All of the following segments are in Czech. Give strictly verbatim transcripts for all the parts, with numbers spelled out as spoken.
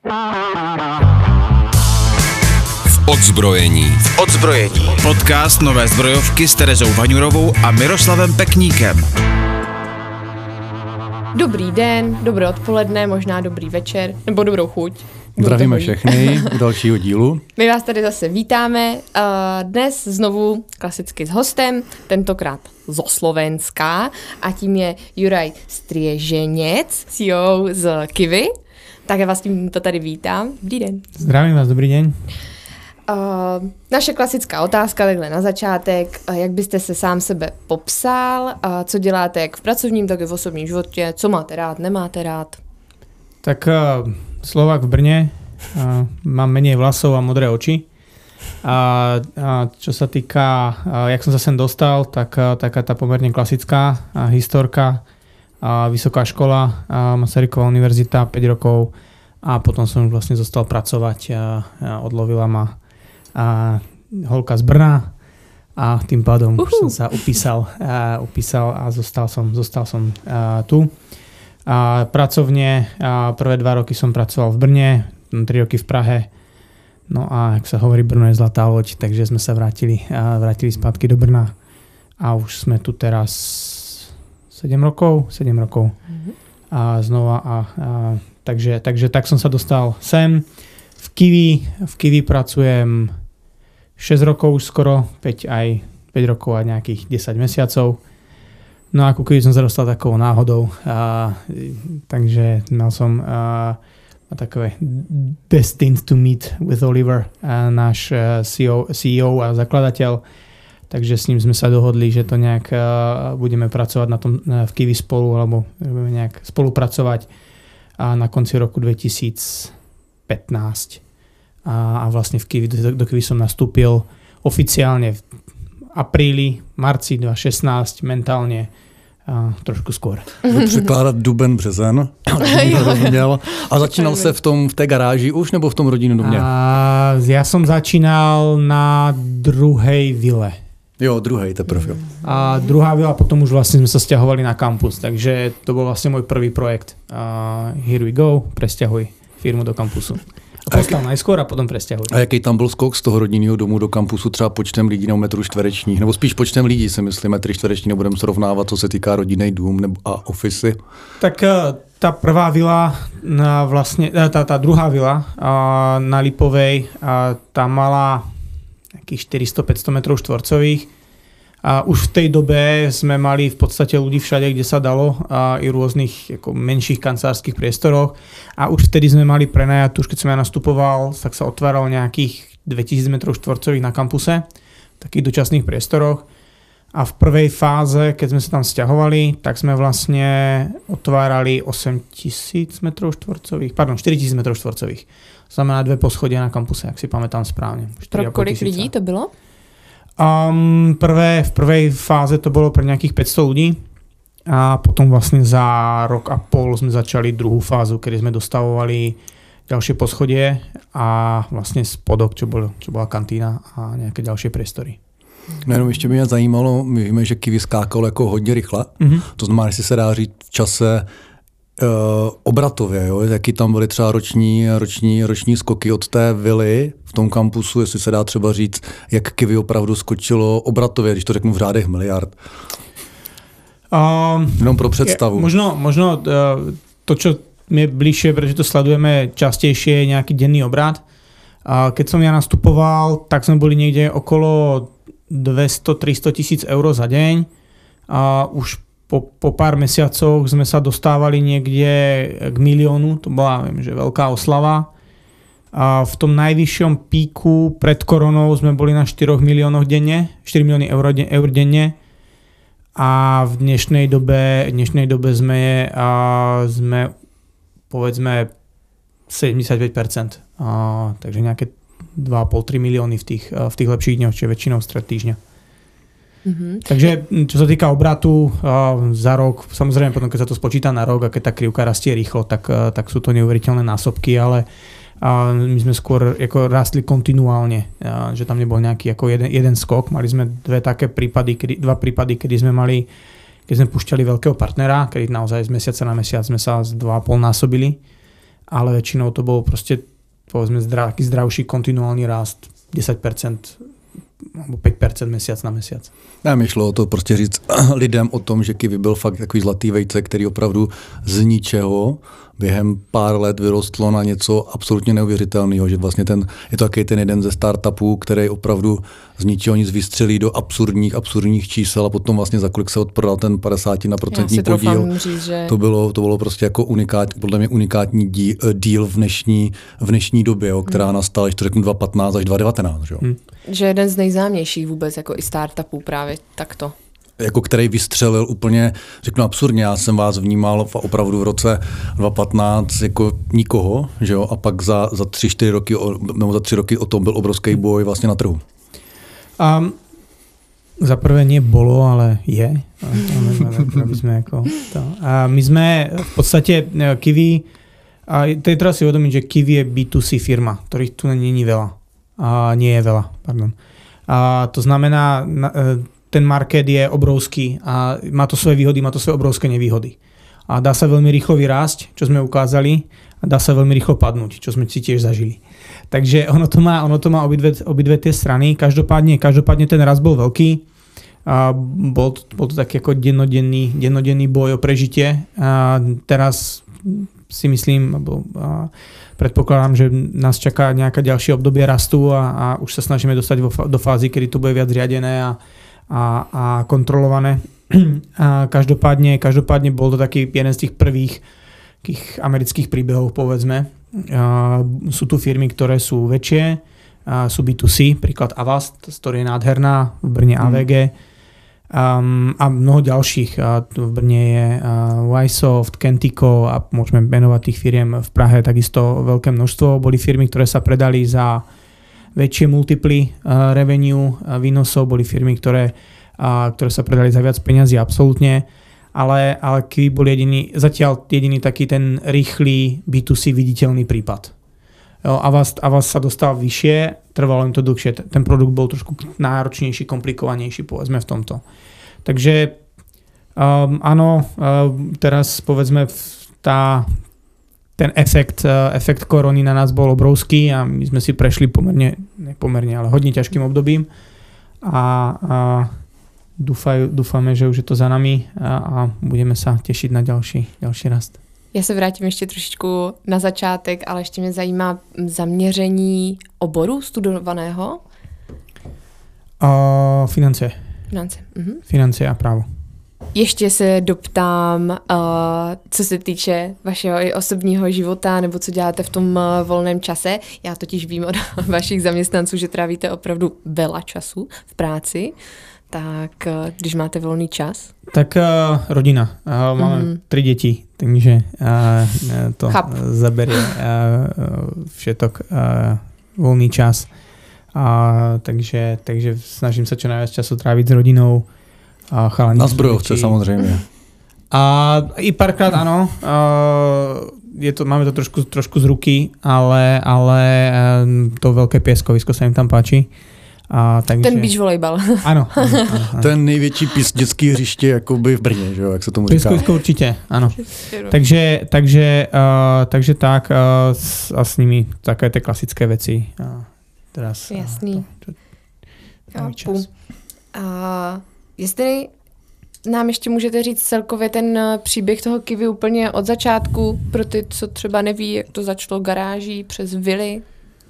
V odzbrojení. V odzbrojení. Podcast Nové zbrojovky s Terezou Vaňurovou a Miroslavem Pekníkem. Dobrý den, dobré odpoledne, možná dobrý večer, nebo dobrou chuť. Zdravíme všechny u dalšího dílu. My vás tady zase vítáme. Dnes znovu klasicky s hostem, tentokrát zo Slovenska, a tím je Juraj Strieženec, C E O z Kiwi. Tak já vás tímto tady vítám. Dobrý den. Zdravím vás, dobrý den. Uh, naše klasická otázka takhle na začátek. Uh, jak byste se sám sebe popsal? Uh, co děláte jak v pracovním, tak i v osobním životě? Co máte rád, nemáte rád? Tak uh, Slovák v Brne. Uh, mám menej vlasov a modré oči. A uh, uh, čo sa týka, uh, jak som sa sem dostal, tak uh, taká tá pomerne klasická uh, historka. Uh, vysoká škola, uh, Masaryková univerzita, päť rokov. A potom som vlastne zostal pracovať. Uh, uh, odlovila ma a holka z Brna a tým pádom uh-huh. som sa upísal, uh, upísal a zostal som, zostal som uh, tu. A pracovne a prvé dva roky som pracoval v Brne, tri roky v Prahe. No a jak sa hovorí, Brno je zlatá loď, takže sme sa vrátili, uh, vrátili zpátky do Brna a už sme tu teraz sedem rokov, sedem rokov uh-huh. a znova a, a takže, takže tak som sa dostal sem. V Kiwi, v Kiwi pracujem šesť rokov už skoro, päť aj päť rokov a nejakých desať mesiacov. No a ku Kiwi som sa dostal takovou náhodou, a, takže mal som a, a takové destined to meet with Oliver, a náš C E O a zakladateľ. Takže s ním sme sa dohodli, že to nejak a, budeme pracovať na tom v Kiwi spolu, alebo budeme nejak spolupracovať a na konci roku dvetisícpätnásť. A, a vlastne v Kiwi, do, do Kiwi som nastúpil oficiálne v apríli, marci dvetisícšestnásť, mentálne a trošku skôr. Překládat duben, březen. A začínal se v tom v té garáži už, nebo v tom rodinném domě? A ja som začínal na druhej vile. Jo, druhej teprve. A druhá vila, potom už vlastne sme sa sťahovali na kampus, takže to bol vlastne môj prvý projekt. Uh, here we go, presťahuj firmu do kampusu. A postal najskôr a potom presťahuj. A jaký tam byl skok z toho rodinného domu do kampusu třeba počtem lidí na metru čtverečních? Nebo spíš počtem lidí, si myslím, metry čtvereční nebudeme srovnávat, co se týká rodinný dům nebo a ofisy? Tak tá prvá vila, vlastne, tá, tá druhá vila na Lipovej, tá mala nejakých štyristo päťsto metrov štvorcových. A už v tej dobe sme mali v podstate ľudí všade, kde sa dalo, a i rôznych ako menších kancelárskych priestoroch. A už vtedy sme mali prenajatú, už keď som ja nastupoval, tak sa otváralo nejakých dvetisíc metrov štvorcových na kampuse, v takých dočasných priestoroch. A v prvej fáze, keď sme sa tam sťahovali, tak sme vlastne otvárali osemtisíc metrov štvorcových, pardon, štyritisíc metrov štvorcových. Znamená dve poschodia na kampuse, ak si pamätám správne. Pro kolik lidí to bylo? Um, prvé, v prvej fáze to bolo pre nejakých päťsto ľudí a potom vlastne za rok a pol sme začali druhú fázu, kedy sme dostavovali ďalšie poschodie a vlastne spodok, čo, bol, čo bola kantína a nejaké ďalšie priestory. No jenom ještě by mě zajímalo, my víme, že Kiwi skákalo jako hodně rychle, mm-hmm. to znamená, jestli se dá říct v čase uh, obratově, jo? Jaký tam byly třeba roční, roční, roční skoky od té vily v tom kampusu, jestli se dá třeba říct, jak Kiwi opravdu skočilo obratově, když to řeknu v řádech miliard. Um, Jenom pro představu. Je, možno, možno uh, to, čo mi je bližšie, pretože to sledujeme častejšie, je nejaký denný obrat. Uh, keď som ja nastupoval, tak sme boli niekde okolo dvesto tristo tisíc eur za deň. A už po, po pár mesiacoch sme sa dostávali niekde k miliónu. To bola, viem, že veľká oslava. A v tom najvyššom píku pred koronou sme boli na štyroch miliónoch denne, štyri milióny eur, eur denne. A v dnešnej dobe, v dnešnej dobe sme, a sme povedzme sedemdesiatpäť percent. A, takže nejaké dva a pol až tri milióny v tých, v tých lepších dňoch, čo je väčšinou stred týždňa. Mm-hmm. Takže čo sa týka obratu a, za rok, samozrejme potom keď sa to spočíta na rok a keď tá krivka rastie rýchlo, tak, a, tak sú to neuveriteľné násobky, ale a my sme skôr ako rastli kontinuálne, a, že tam nebol nejaký ako jeden, jeden skok. Mali sme dve také prípady, kedy, dva prípady, kedy sme mali, keď sme púšťali veľkého partnera, kedy naozaj z mesiaca na mesiac sme sa z dva a pol násobili. ale väčšinou to bol proste povedzme zdrav, taký zdravší kontinuální rást desať percent nebo päť percent mesiac na mesiac. Ne, mi šlo o to prostě říct lidem o tom, že kiwi byl fakt takový zlatý vejce, který opravdu z ničeho během pár let vyrostlo na něco absolutně neuvěřitelného, že vlastně ten, je to taky ten jeden ze startupů, který opravdu z ničeho nic vystřelí do absurdních, absurdních čísel a potom vlastně za kolik se odprodal ten padesát na procentní podíl. Říct, že... To bylo, to bylo prostě jako unikát, podle mě unikátní díl, díl v dnešní, v dnešní době, jo, která hmm. nastala, když to řeknu dva tisíce patnáct až dva tisíce devatenáct. Jo. Hmm. Že jeden z nejznámějších vůbec jako i startupů právě takto. Jako který vystřelil úplně, řeknu absurdně, já jsem vás vnímal opravdu v roce dva tisíce patnáct jako nikoho, že jo, a pak za, za tři, čtyři roky, nebo za tři roky o tom byl obrovský boj vlastně na trhu. Um, za prvé nie bolo, ale je. Aby sme ako to. A my sme v podstate Kiwi, a to je treba si uvedomiť, že Kiwi je bé dva cé firma, ktorých tu nie je veľa. A nie je veľa, pardon. A to znamená, ten market je obrovský a má to svoje výhody, má to svoje obrovské nevýhody. A dá sa veľmi rýchlo vyrásť, čo sme ukázali, a dá sa veľmi rýchlo padnúť, čo sme si tiež zažili. Takže ono to má, ono to má obidve, obidve tie strany. Každopádne, každopádne ten rast bol veľký. A bol, to, bol to taký ako dennodenný, dennodenný boj o prežitie. A teraz si myslím, alebo a predpokladám, že nás čaká nejaké ďalšie obdobie rastu a, a už sa snažíme dostať vo, do fázy, kedy to bude viac riadené a, a, a kontrolované. A každopádne, každopádne bol to taký jeden z tých prvých takých amerických príbehov, povedzme. A sú tu firmy, ktoré sú väčšie, a sú bé dva cé, príklad Avast, ktorá je nádherná, v Brne á vé gé um, a mnoho ďalších. A v Brne je uh, Ysoft, Kentico a môžeme menovať tých firiem v Prahe takisto veľké množstvo. Boli firmy, ktoré sa predali za väčšie multiply uh, revenue uh, výnosov, boli firmy, ktoré, uh, ktoré sa predali za viac peňazí, absolútne. Ale, ale Kiwi bol jediný, zatiaľ jediný taký ten rýchly bé dva cé viditeľný prípad. Jo, Avast, Avast sa dostal vyššie, trvalo im to dlhšie. Ten produkt bol trošku náročnejší, komplikovanejší, povedzme v tomto. Takže um, áno, um, teraz povedzme tá, ten efekt, uh, efekt korony na nás bol obrovský a my sme si prešli pomerne, ne pomerne, ale hodne ťažkým obdobím a, a Dúfaj, dúfame, že už je to za nami a, a budeme sa tešiť na ďalší, ďalší rast. Já se vrátím ještě trošičku na začátek, ale ještě mě zajímá zaměření oboru studovaného. Uh, financie. Finance. Mhm. Financie a právo. Ještě se doptám, uh, co se týče vašeho i osobního života, nebo co děláte v tom uh, volném čase. Já totiž vím od vašich zaměstnanců, že trávíte opravdu veľa času v práci. Tak když máte volný čas? Tak uh, rodina. Uh, máme mm. tri deti, takže uh, to Chap. zaberie uh, všetok uh, volný čas. Uh, takže, takže snažím sa čo najviac času tráviť s rodinou. Uh, Na zbrojovce samozrejme. A i párkrát áno. Uh, je to, máme to trošku, trošku z ruky, ale, ale uh, to veľké pieskovisko sa im tam páči. A, takže... Ten beach volejbal. Ano. ano, ano, ano. Ten největší pís, dětský hřiště jakoby v Brně, že jo, jak se tomu říká. Pískovisko určitě, ano. takže, takže, uh, takže tak uh, s, a s nimi také ty klasické věci. Uh, teraz, Jasný. Uh, to, to, Chápu. A jestli nám ještě můžete říct celkově ten příběh toho Kiwi úplně od začátku, pro ty, co třeba neví, jak to začalo garáží přes vily.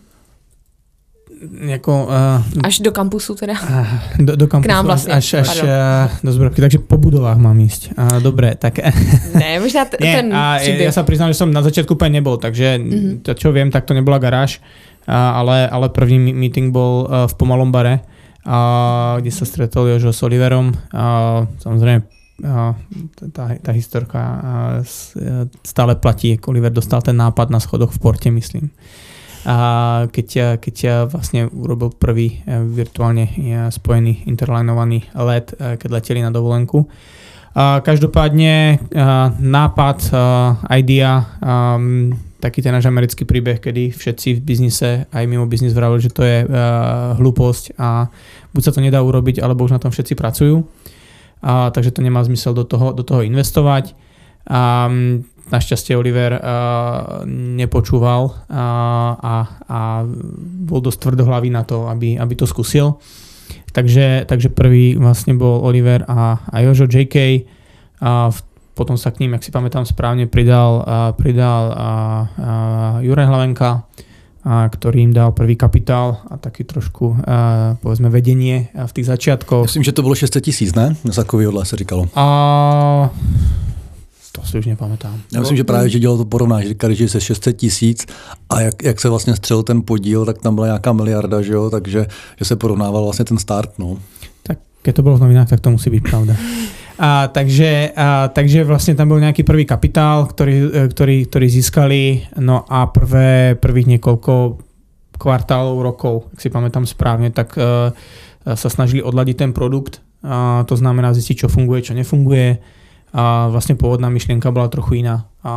Jako, uh, až do kampusu teda. Uh, do, do kampusu, k nám vlastně. Až, až uh, do zbrojky, takže po budovách mám ísť. Uh, dobre, tak... ne, možná t- Nie, ten a příběh. Ja sa priznám, že som na začiatku úplne nebol, takže mm-hmm. to, čo viem, tak to nebola garáž, uh, ale, ale první meeting bol uh, v Pomalom bare, uh, kde sa stretol Jožo s Oliverom. Uh, samozrejme, uh, tá, tá historka uh, stále platí, ako Oliver dostal ten nápad na schodoch v Porte, myslím. A keď, keď vlastne urobil prvý virtuálne spojený interlinovaný let, keď leteli na dovolenku. A každopádne nápad, idea, taký ten náš americký príbeh, kedy všetci v biznise aj mimo biznis vravili, že to je hlúposť a buď sa to nedá urobiť, alebo už na tom všetci pracujú. A, takže to nemá zmysel do toho, do toho investovať. A našťastie Oliver uh, nepočúval uh, a, a bol dosť tvrdohlavý na to, aby, aby to skúsil. Takže, takže prvý vlastne bol Oliver a, a Jožo jé ká. A v, potom sa k ním, ak si pamätám správne, pridal, uh, pridal uh, uh, Juraj Hlavenka, a ktorý im dal prvý kapitál a taký trošku, uh, povedzme, vedenie v tých začiatkoch. Myslím, že to bylo šest set tisíc, ne? Na takovýhodle se říkalo. A to si už nepamätám. Já myslím, že právě, že dělal to porovnáš, říkali, že se šest set tisíc a jak, jak se vlastně střel ten podíl, tak tam byla nějaká miliarda, že jo? Takže že se porovnával vlastně ten start. No. Tak keď to bylo v novinách, tak to musí být pravda. A, takže, a, takže vlastne tam bol nejaký prvý kapitál, ktorý, ktorý, ktorý získali, no a prvé, prvých niekoľko kvartálov, rokov, ak si pamätám správne, tak a, sa snažili odladiť ten produkt, a, to znamená zistiť, čo funguje, čo nefunguje. A vlastne pôvodná myšlienka bola trochu iná. A, a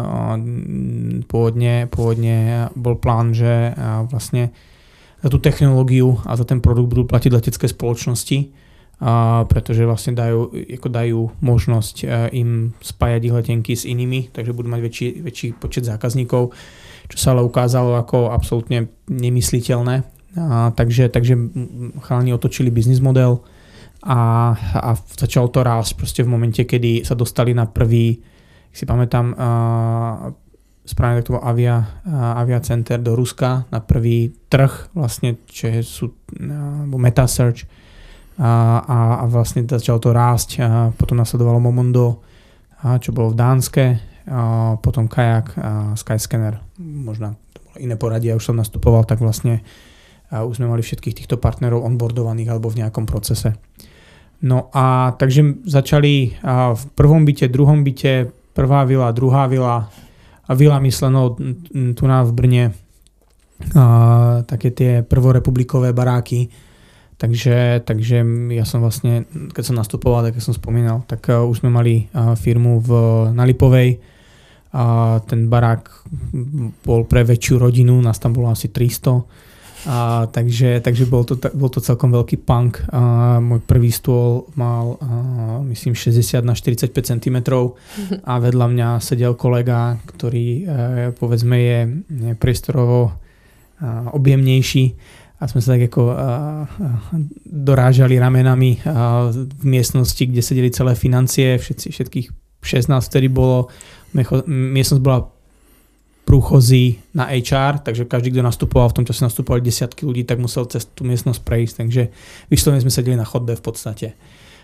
pôvodne, pôvodne bol plán, že vlastne za tú technológiu a za ten produkt budú platiť letecké spoločnosti, a pretože vlastne dajú, ako dajú možnosť im spájať ich letenky s inými, takže budú mať väčší, väčší počet zákazníkov, čo sa ale ukázalo ako absolútne nemysliteľné. A takže, takže chalani otočili biznis model a, a začalo to rásť proste v momente, kedy sa dostali na prvý, si pamätám, správne tak to bol avia, avia center do Ruska, na prvý trh vlastne, čo sú Metasearch, A, a, a vlastne začalo to rásť. A potom nasledovalo Momondo, a čo bolo v Dánske, a potom Kajak a Skyscanner. Možno to bolo iné poradie, ja už som nastupoval, tak vlastne a už sme mali všetkých týchto partnerov onboardovaných alebo v nejakom procese. No a takže začali a v prvom byte, druhom byte, prvá vila, druhá vila, a vila mysleno tu na v Brne, a také tie prvorepublikové baráky. Takže, takže ja som vlastne, keď som nastupoval, tak ja som spomínal, tak uh, už sme mali uh, firmu v, na Lipovej. Uh, ten barák bol pre väčšiu rodinu, nás tam bolo asi tristo. Uh, takže takže bol, to, bol to celkom veľký punk. Uh, môj prvý stôl mal, uh, myslím, šesťdesiat na štyridsaťpäť centimetrov a vedľa mňa sedel kolega, ktorý uh, povedzme je, je priestorovo uh, objemnejší. A sme sa tak ako uh, dorážali ramenami uh, v miestnosti, kde sedeli celé financie, všetci, všetkých šestnásť vtedy bolo. Mecho, miestnosť bola prúchozí na há er, takže každý, kto nastupoval, v tom čase nastupovali desiatky ľudí, tak musel cez tú miestnosť prejsť. Takže vyslovene sme sedeli na chodbe v podstate.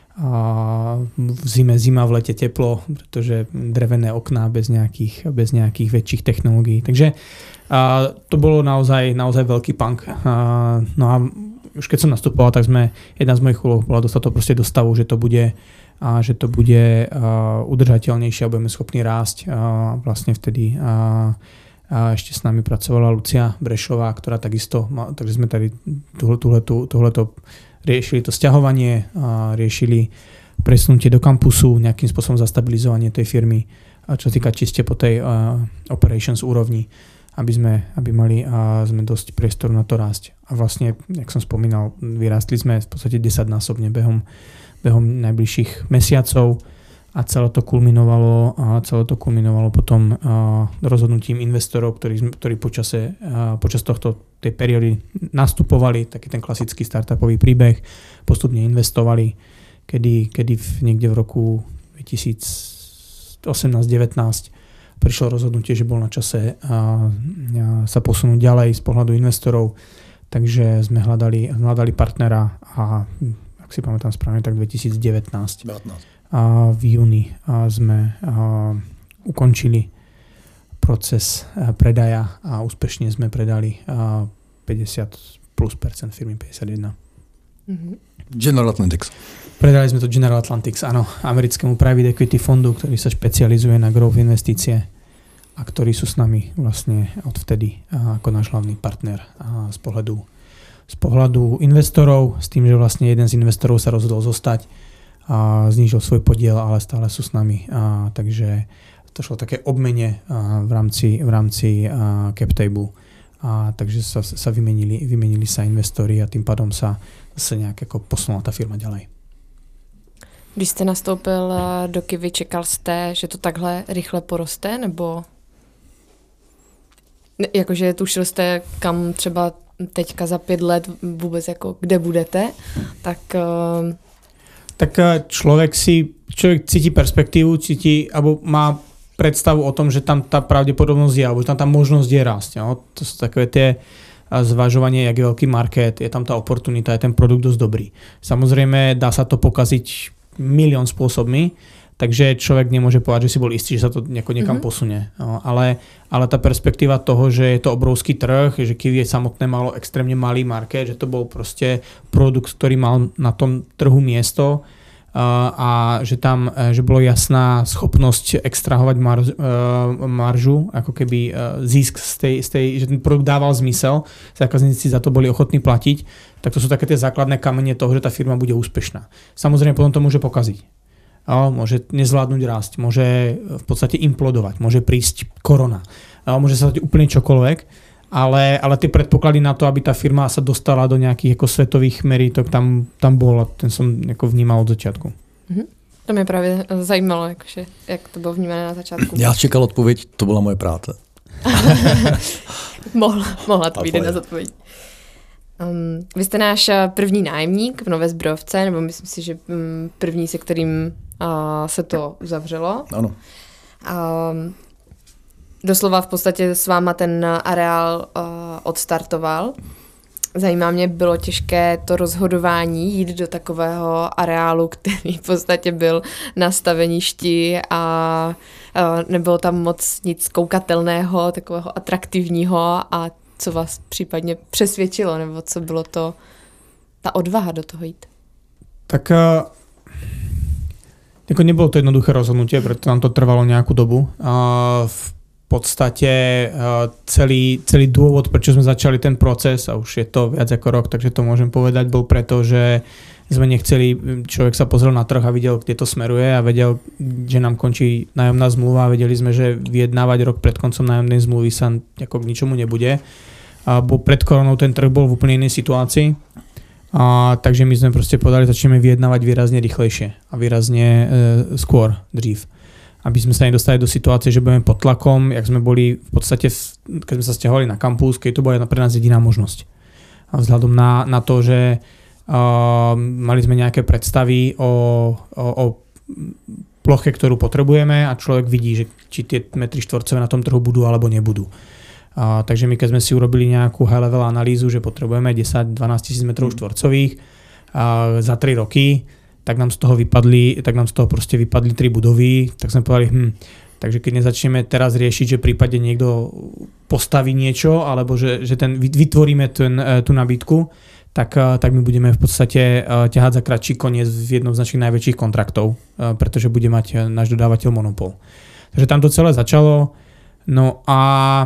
A v zime zima, v lete teplo, pretože drevené okná bez nejakých, bez nejakých väčších technológií. Takže a to bolo naozaj, naozaj veľký punk. A, no a už keď som nastupoval, tak sme, jedna z mojich úloh bola dostať to proste do stavu, že to bude, a, že to bude a, udržateľnejšie a budeme schopní rásť. A vlastne vtedy a, a ešte s nami pracovala Lucia Brešová, ktorá takisto, takže sme tady tuhleto, tuhleto riešili to sťahovanie, a riešili presunutie do kampusu, nejakým spôsobom zastabilizovanie tej firmy, a čo týka čiste po tej a, operations úrovni, aby sme, aby mali a sme dosť priestoru na to rásť. A vlastne, jak som spomínal, vyrástli sme v podstate desaťnásobne behom, behom najbližších mesiacov a celé to kulminovalo a celé to kulminovalo potom a, rozhodnutím investorov, ktorí, ktorí počase, a, počas tohto tej periódy nastupovali, taký ten klasický startupový príbeh, postupne investovali, kedy, kedy v, niekde v roku dvetisícosemnásť devätnásť prišlo rozhodnutie, že bol na čase a, a sa posunúť ďalej z pohľadu investorov, takže sme hľadali, hľadali partnera a ak si pamätám správne, tak dvetisícdevätnásť a v júni a sme a, ukončili proces a, predaja a úspešne sme predali a, päťdesiat plus percent firmy, päťdesiatjeden. Mm-hmm. General Atlantic. Predali sme to General Atlantic, áno, americkému private equity fondu, ktorý sa špecializuje na growth investície a ktorí sú s nami vlastne odvtedy ako náš hlavný partner z pohľadu, z pohľadu investorov, s tým, že vlastne jeden z investorov sa rozhodol zostať a znížil svoj podiel, ale stále sú s nami. A, takže to šlo také obmene a, v rámci, v rámci a, CapTable. A, takže sa, sa vymenili, vymenili sa investori a tým pádom sa zase nejak ako posunula tá firma ďalej. Když jste nastoupil do Kiwi, čekal jste, že to takhle rychle poroste, nebo ne, jakože tušil jste, kam třeba teďka za pět let vůbec jako kde budete, tak... Uh... Tak člověk si, člověk cítí perspektivu, cítí, alebo má predstavu o tom, že tam tá pravdepodobnosť je, alebo že tam tá možnosť je rásť. Jo? To sú takové tie zvažovanie, jak je veľký market, je tam tá oportunita, je ten produkt dosť dobrý. Samozrejme, dá sa to pokaziť milión spôsobmi, takže človek nemôže povedať, že si bol istý, že sa to niekam mm-hmm. posunie. No, ale, ale tá perspektíva toho, že je to obrovský trh, že Kiwi samotné malo extrémne malý market, že to bol proste produkt, ktorý mal na tom trhu miesto uh, a že tam že bolo jasná schopnosť extrahovať marž, uh, maržu, ako keby uh, zisk z tej, z tej, že ten produkt dával zmysel, zákazníci za to boli ochotní platiť, tak to sú také tie základné kamene toho, že tá firma bude úspešná. Samozrejme potom to môže pokaziť. O, môže nezvládnuť rásť, môže v podstate implodovať, môže prísť korona, o, môže sa stať úplne čokoľvek, ale, ale tie predpoklady na to, aby tá firma sa dostala do nejakých ako svetových meritok, tam, tam bol a ten som ako vnímal od začiatku. Mm-hmm. To mě právě zajímalo, jakože, jak to bylo vnímané na začátku. Já čekal odpověď, to byla moje práce. mohla, mohla to být jedna z odpovědí. Um, vy jste náš první nájemník v Nové Zbrojovce, nebo myslím si, že um, první, se kterým uh, se to uzavřelo. Ano. Um, doslova v podstatě s váma ten areál uh, odstartoval. Zajímá mě, bylo těžké to rozhodování jít do takového areálu, který v podstatě byl na staveništi a uh, nebylo tam moc nic koukatelného, takového atraktivního a co vás případně přesvědčilo, nebo co bylo to, ta odvaha do toho jít? Tak jako nebolo to jednoduché rozhodnutie, preto nám to trvalo nejakú dobu. V podstate celý, celý dôvod, prečo sme začali ten proces, a už je to viac ako rok, takže to môžem povedať, bol preto, že sme nechceli, človek sa pozrel na trh a videl, kde to smeruje a vedel, že nám končí nájomná zmluva a vedeli sme, že vyjednávať rok pred koncom nájomnej zmluvy sa ako k ničomu nebude. A bo pred koronou ten trh bol v úplne inej situácii, a takže my sme proste povedali, začneme vyjednávať výrazne rýchlejšie a výrazne e, skôr, dřív. Aby sme sa nedostali do situácie, že budeme pod tlakom, jak sme boli v podstate, keď sme sa stiahovali na kampus, keď to bola pre nás jediná možnosť. A vzhľadom na, na to, že Uh, mali sme nejaké predstavy o, o, o ploche, ktorú potrebujeme a človek vidí, že či tie metry štvorcové na tom trhu budú alebo nebudú. Uh, takže my keď sme si urobili nejakú high level analýzu, že potrebujeme desať až dvanásť tisíc metrov štvorcových uh, za tri roky, tak nám z toho vypadli, tak nám z toho proste vypadli tri budovy, tak sme povedali, hm, takže keď nezačneme teraz riešiť, že v prípade niekto postaví niečo, alebo že, že ten, vytvoríme ten, tú nabídku, Tak, tak my budeme v podstate ťahať za kratší koniec v jednom z našich najväčších kontraktov, pretože bude mať náš dodávateľ monopol. Takže tam to celé začalo. No a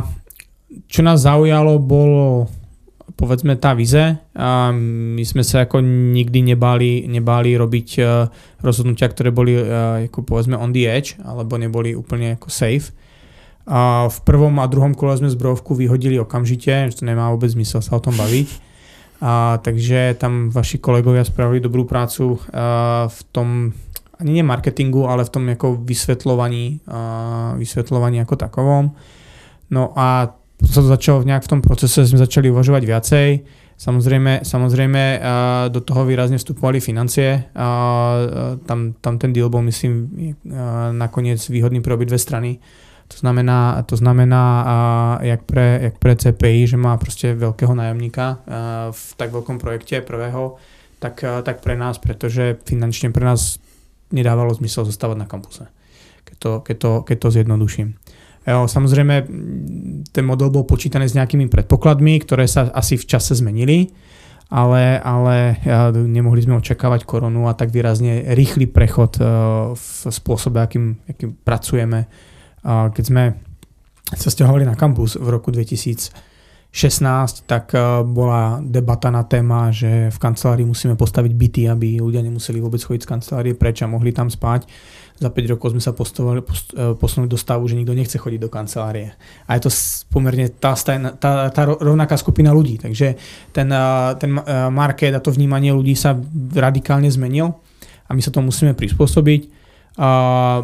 čo nás zaujalo, bolo povedzme tá vize. A my sme sa ako nikdy nebáli, nebáli robiť rozhodnutia, ktoré boli ako povedzme on the edge, alebo neboli úplne ako safe. A v prvom a druhom kole sme zbrojovku vyhodili okamžite, že to nemá vôbec zmysel sa o tom baviť. A, takže tam vaši kolegovia spravili dobrú prácu a, v tom, ani nie marketingu, ale v tom ako vysvetľovaní, a, vysvetľovaní ako takovom. No a sa to začalo nejak v tom procese, sme začali uvažovať viacej. Samozrejme, samozrejme a, do toho výrazne vstupovali financie. A, a, tam, tam ten deal bol, myslím, a, nakoniec výhodný pre obidve strany. To znamená, to znamená uh, jak, pre, jak pre C P I, že má prostě veľkého nájomníka uh, v tak veľkom projekte prvého, tak, uh, tak pre nás, pretože finančne pre nás nedávalo zmysel zostávať na kampuse, keď to, keď to, keď to zjednoduším. Jo, samozrejme, ten model bol počítaný s nejakými predpokladmi, ktoré sa asi v čase zmenili, ale, ale uh, nemohli sme očakávať koronu a tak výrazne rýchly prechod uh, v spôsobe, akým, akým pracujeme. Keď sme sa stiahovali na kampus v roku dvetisícšestnásť, tak bola debata na téma, že v kancelárii musíme postaviť byty, aby ľudia nemuseli vôbec chodiť z kancelárie preč a mohli tam spať. Za päť rokov sme sa posunuli do stavu, že nikto nechce chodiť do kancelárie. A je to pomerne tá, tá, tá rovnaká skupina ľudí. Takže ten, ten market a to vnímanie ľudí sa radikálne zmenil. a my sa tomu musíme prispôsobiť. Uh,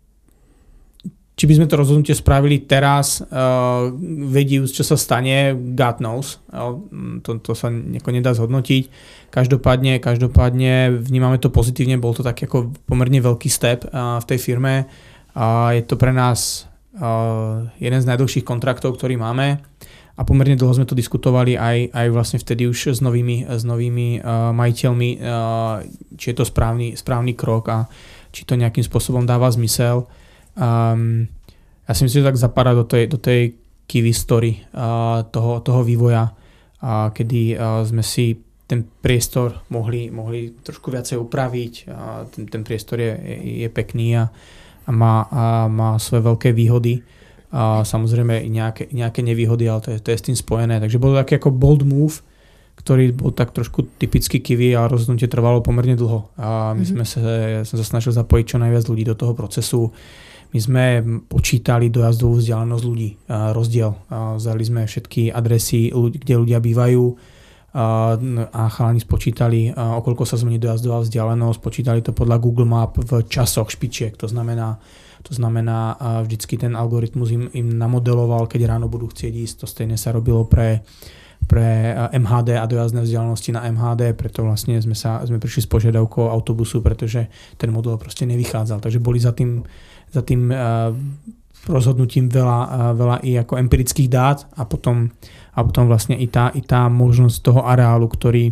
či by sme to rozhodnutie spravili teraz, uh, vediúc, čo sa stane, God knows. Uh, to, to sa nejako nedá zhodnotiť. Každopádne, každopádne vnímame to pozitívne, bol to tak ako pomerne veľký step uh, v tej firme. Uh, je to pre nás uh, jeden z najdlhších kontraktov, ktorý máme. A pomerne dlho sme to diskutovali aj, aj vlastne vtedy už s novými, s novými uh, majiteľmi, uh, či je to správny, správny krok a či to nejakým spôsobom dáva zmysel. Um, ja si myslím, že tak zapadá do tej, do tej Kiwi story uh, toho, toho vývoja, uh, kedy uh, sme si ten priestor mohli, mohli trošku viacej upraviť. Uh, ten, ten priestor je, je, je pekný a, a má, a má svoje veľké výhody. A samozrejme nejaké, nejaké nevýhody, ale to je, to je s tým spojené. Takže bol to taký ako bold move, ktorý bol tak trošku typický Kiwi a rozhodnutie trvalo pomerne dlho. A my mm-hmm. sme sa, ja som sa snažil zapojiť čo najviac ľudí do toho procesu. My sme počítali dojazdovú vzdialenosť ľudí, a rozdiel. A vzali sme všetky adresy, kde ľudia bývajú a, a chalani spočítali, a okoľko sa zmení dojazdová vzdialenosť, počítali to podľa Google Map v časoch špičiek. To znamená, to znamená vždycky ten algoritmus im, im namodeloval, keď ráno budú chcieť ísť. To stejné sa robilo pre pre em há dé a dojazdné vzdialenosti na em há dé, preto vlastne sme, sa, sme prišli s požiadavkou autobusu, pretože ten model proste nevychádzal. Takže boli za tým, za tým uh, rozhodnutím veľa, uh, veľa i ako empirických dát a potom, a potom vlastne i tá, i tá možnosť toho areálu, ktorý,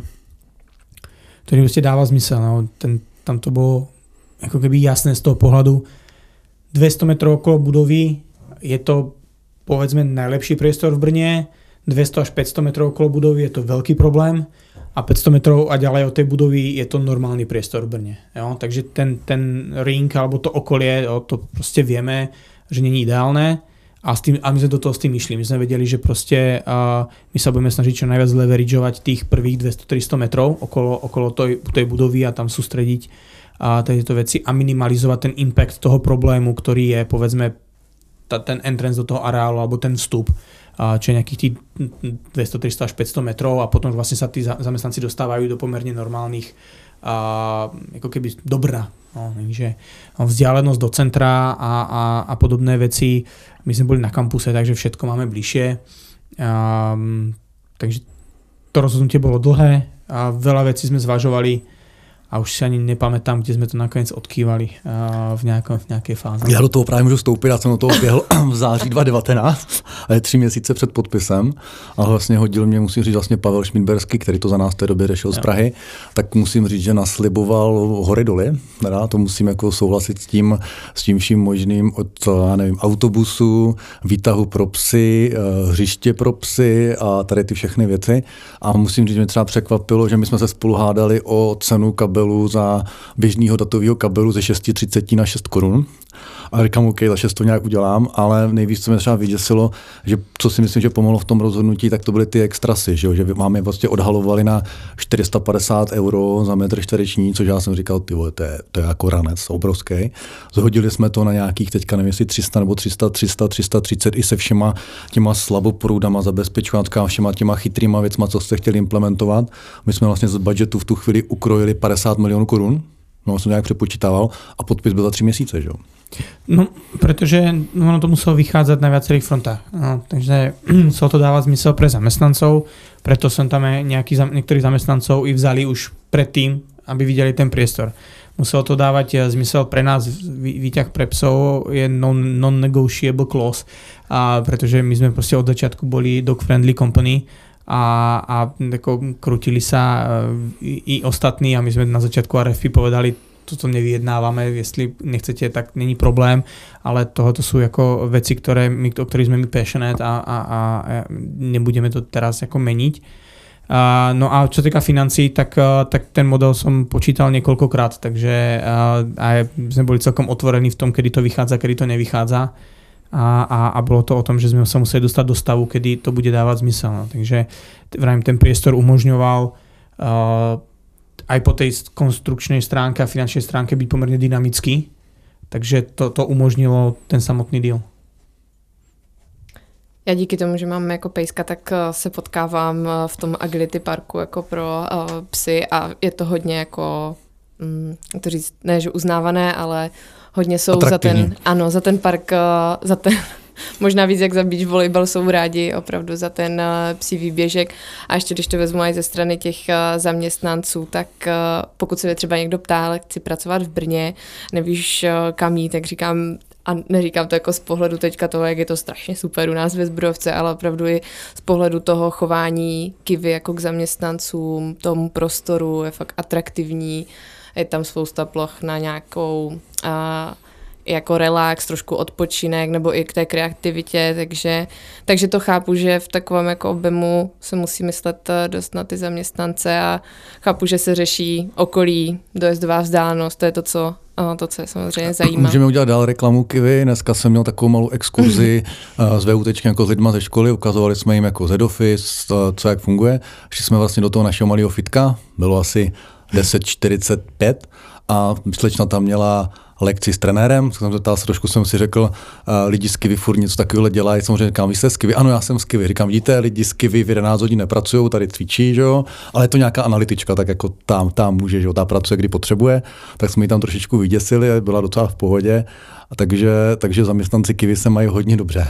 ktorý vlastne dáva zmysel. No, ten, tam to bolo ako keby jasné z toho pohľadu. dvesto metrov okolo budovy je to povedzme najlepší priestor v Brne, dvesto až päťsto metrov okolo budovy je to veľký problém a päťsto metrov a ďalej od tej budovy je to normálny priestor v Brne. Jo? Takže ten, ten ring alebo to okolie, jo, to proste vieme, že nie je ideálne a, s tým, a my sme do toho s tým išli. My sme vedeli, že proste uh, my sa budeme snažiť čo najviac leverageovať tých prvých dvesto tristo metrov okolo, okolo tej, tej budovy a tam sústrediť uh, tieto veci a minimalizovať ten impact toho problému, ktorý je povedzme ta, ten entrance do toho areálu alebo ten vstup, čo je nejakých tých dvesto, tristo až päťsto metrov a potom vlastne sa tí zamestnanci dostávajú do pomerne normálnych a, ako keby do Brna. No, takže vzdialenosť do centra a, a, a podobné veci. My sme boli na kampuse, takže všetko máme bližšie. A, takže to rozhodnutie bolo dlhé a veľa vecí sme zvažovali a už si ani nepamätám, kde jsme to nakonec odkývali uh, v, nějaké, v nějaké fázi. Já do toho právě můžu vstoupit, já jsem do toho běhl v září dva tisíce devatenáct, ale tři měsíce před podpisem a vlastně hodil mě, musím říct, vlastně Pavel Šmídberský, který to za nás v té době řešil z Prahy, tak musím říct, že nasliboval hory doly, teda, to musím jako souhlasit s tím, s tím vším možným od, já nevím, autobusu, výtahu pro psy, hřiště pro psy a tady ty všechny věci a musím říct, že mě třeba překvapilo, že my jsme se spolu hádali o cenu kabelu za běžného datového kabelu ze šest třicet na šest korun. A říkám, OK, za šest to nějak udělám, ale nejvíc, co mě třeba vyděsilo, že co si myslím, že pomohlo v tom rozhodnutí, tak to byly ty extrasy, že, že máme vlastně odhalovali na čtyři sta padesát euro za metr čtvereční, což já jsem říkal, ty vole, to je, to je jako ranec, obrovský. Zhodili jsme to na nějakých, teďka nevím, jestli tři sta nebo tři sta, tři sta, tři sta třicet i se všema těma slaboproudama, zabezpečovátkama, všema těma chytrýma věcma, co jste chtěli implementovat. My jsme vlastně z budgetu v tu chvíli ukrojili padesát milionů korun. No, jsem nějak přepočítával a podpis byl za tři měsíce, že jo? No, pretože ono to muselo vychádzať na viacerých frontách. No, takže muselo to dávať zmysel pre zamestnancov, preto som tam aj nejaký, niektorých zamestnancov i vzali už predtým, aby videli ten priestor. Muselo to dávať zmysel pre nás, výťah pre psov je non, non-negotiable clause, a pretože my sme proste od začiatku boli dog-friendly company a, a tako, krutili sa i, i ostatní a my sme na začiatku er ef pé povedali, toto nevyjednávame, jestli nechcete, tak není problém, ale tohoto sú jako veci, ktoré my, o ktorých sme my passionate a, a, a nebudeme to teraz jako meniť. A, no a čo týka financí, tak, tak ten model som počítal niekoľkokrát, takže a, a sme boli celkom otvorení v tom, kedy to vychádza, kedy to nevychádza. A, a, a bolo to o tom, že sme sa museli dostať do stavu, kedy to bude dávať zmysel. No. Takže vrajím, ten priestor umožňoval uh, aj po tej konstrukčnej stránke a finančnej stránke byť pomerne dynamický. Takže to, to umožnilo ten samotný deal. Já díky tomu, že mám jako pejska, tak se potkávám v tom Agility Parku jako pro uh, psy a je to hodně jako mm, to říct, ne, že uznávané, ale hodně jsou za ten, ano, za ten park, za ten, možná víc jak za beach volejbal jsou rádi opravdu za ten uh, psí výběžek. A ještě když to vezmu i ze strany těch uh, zaměstnanců, tak uh, pokud se třeba někdo ptá, ale chci pracovat v Brně, nevíš uh, kam jít, tak říkám, a neříkám to jako z pohledu teďka toho, jak je to strašně super u nás ve Zbrojovce, ale opravdu i z pohledu toho chování Kivy jako k zaměstnancům, tomu prostoru je fakt atraktivní, je tam spousta ploch na nějakou uh, jako relax, trošku odpočinek nebo i k té kreativitě, takže, takže to chápu, že v takovém jako objemu se musí myslet dost na ty zaměstnance a chápu, že se řeší okolí, dojezdová vzdálenost, to je to, co to, co je samozřejmě zajímá. Můžeme udělat dál reklamu Kivy. Dneska jsem měl takovou malou exkurzi s VUTčkem jako s lidma ze školy, ukazovali jsme jim jako Z Office, co jak funguje. Šli jsme vlastně do toho našeho malého fitka, bylo asi deset čtyřicet pět a slečna tam měla lekci s trenérem, jsem zeptal se, trošku jsem si řekl, uh, lidi z Kivy furt něco takového dělají, samozřejmě říkám, vy jste z Kivy, ano, já jsem z Kivy, říkám, vidíte, lidi z Kivy v jedenáct hodin nepracují, tady cvičí, že jo, ale je to nějaká analytička, tak jako tam, tam může, že jo, ta pracuje, kdy potřebuje, tak jsme ji tam trošičku vyděsili, byla docela v pohodě, a takže, takže zaměstnanci Kivy se mají hodně dobře.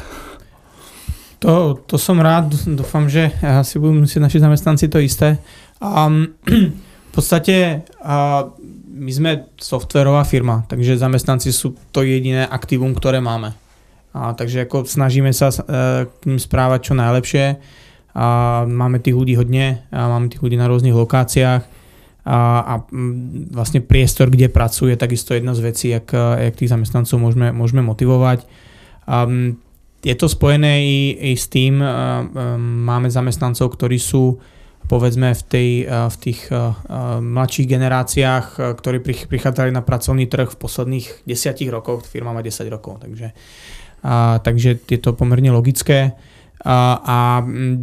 To, to som rád, dúfam, že si budú musieť naši zamestnanci to isté. Um, v podstate uh, my sme softwarová firma, takže zamestnanci sú to jediné aktívum, ktoré máme. A, takže ako snažíme sa uh, k ním správať čo najlepšie. A máme tých ľudí hodne, a máme tých ľudí na rôznych lokáciách a, a vlastne priestor, kde pracujú, je takisto jedna z vecí, jak, jak tých zamestnancov môžeme, môžeme motivovať. Um, je to spojené i, i s tým, uh, um, máme zamestnancov, ktorí sú povedzme v, tej, v tých uh, mladších generáciách, uh, ktorí prichádzali na pracovný trh v posledných desiatich rokoch, firma má desať rokov, takže, uh, takže je to pomerne logické. Uh, a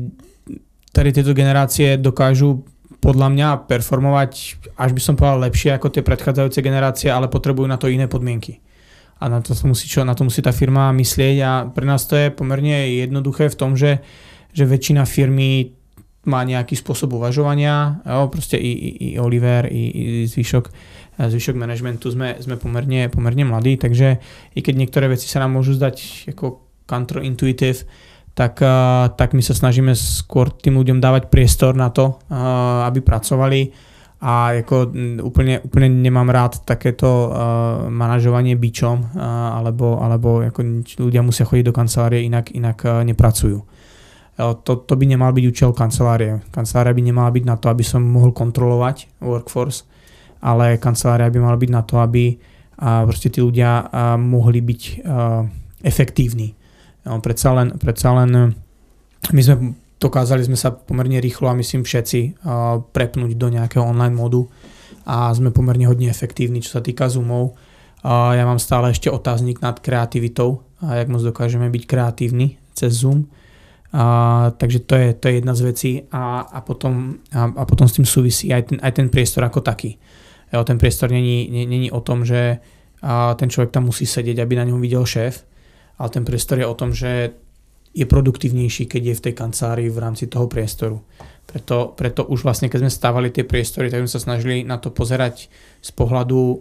tady tieto generácie dokážu podľa mňa performovať, až by som povedal lepšie ako tie predchádzajúce generácie, ale potrebujú na to iné podmienky. A na to musí, čo, na to musí tá firma myslieť a pre nás to je pomerne jednoduché v tom, že, že väčšina firmy má nejaký spôsob uvažovania, jo, proste i, i, i Oliver, i, i zvyšok, zvyšok managementu sme, sme pomerne, pomerne mladí, takže i keď niektoré veci sa nám môžu zdať ako counterintuitive, tak, tak my sa snažíme skôr tým ľuďom dávať priestor na to, aby pracovali. A jako úplně, úplně nemám rád takéto uh, manažovanie bičom, uh, alebo, alebo jako ľudia musia chodiť do kancelárie, inak, inak uh, nepracujú. Uh, to, to by nemal byť účel kancelárie. Kancelária by nemala byť na to, aby som mohol kontrolovať workforce, ale kancelária by mala byť na to, aby uh, proste tí ľudia uh, mohli byť uh, efektívni. Uh, predsa len, predsa len my sme dokázali sme sa pomerne rýchlo a myslím všetci uh, prepnúť do nejakého online módu a sme pomerne hodne efektívni, čo sa týka Zoomov. Uh, ja mám stále ešte otáznik nad kreativitou a jak moc dokážeme byť kreatívni cez Zoom. Uh, takže to je, to je jedna z vecí a, a, potom, a, a potom s tým súvisí aj ten, aj ten priestor ako taký. Jo, ten priestor není, není o tom, že uh, ten človek tam musí sedieť, aby na ňom videl šéf, ale ten priestor je o tom, že je produktívnejší, keď je v tej kancelárii v rámci toho priestoru. Preto, preto už vlastne, keď sme stávali tie priestory, tak sme sa snažili na to pozerať z pohľadu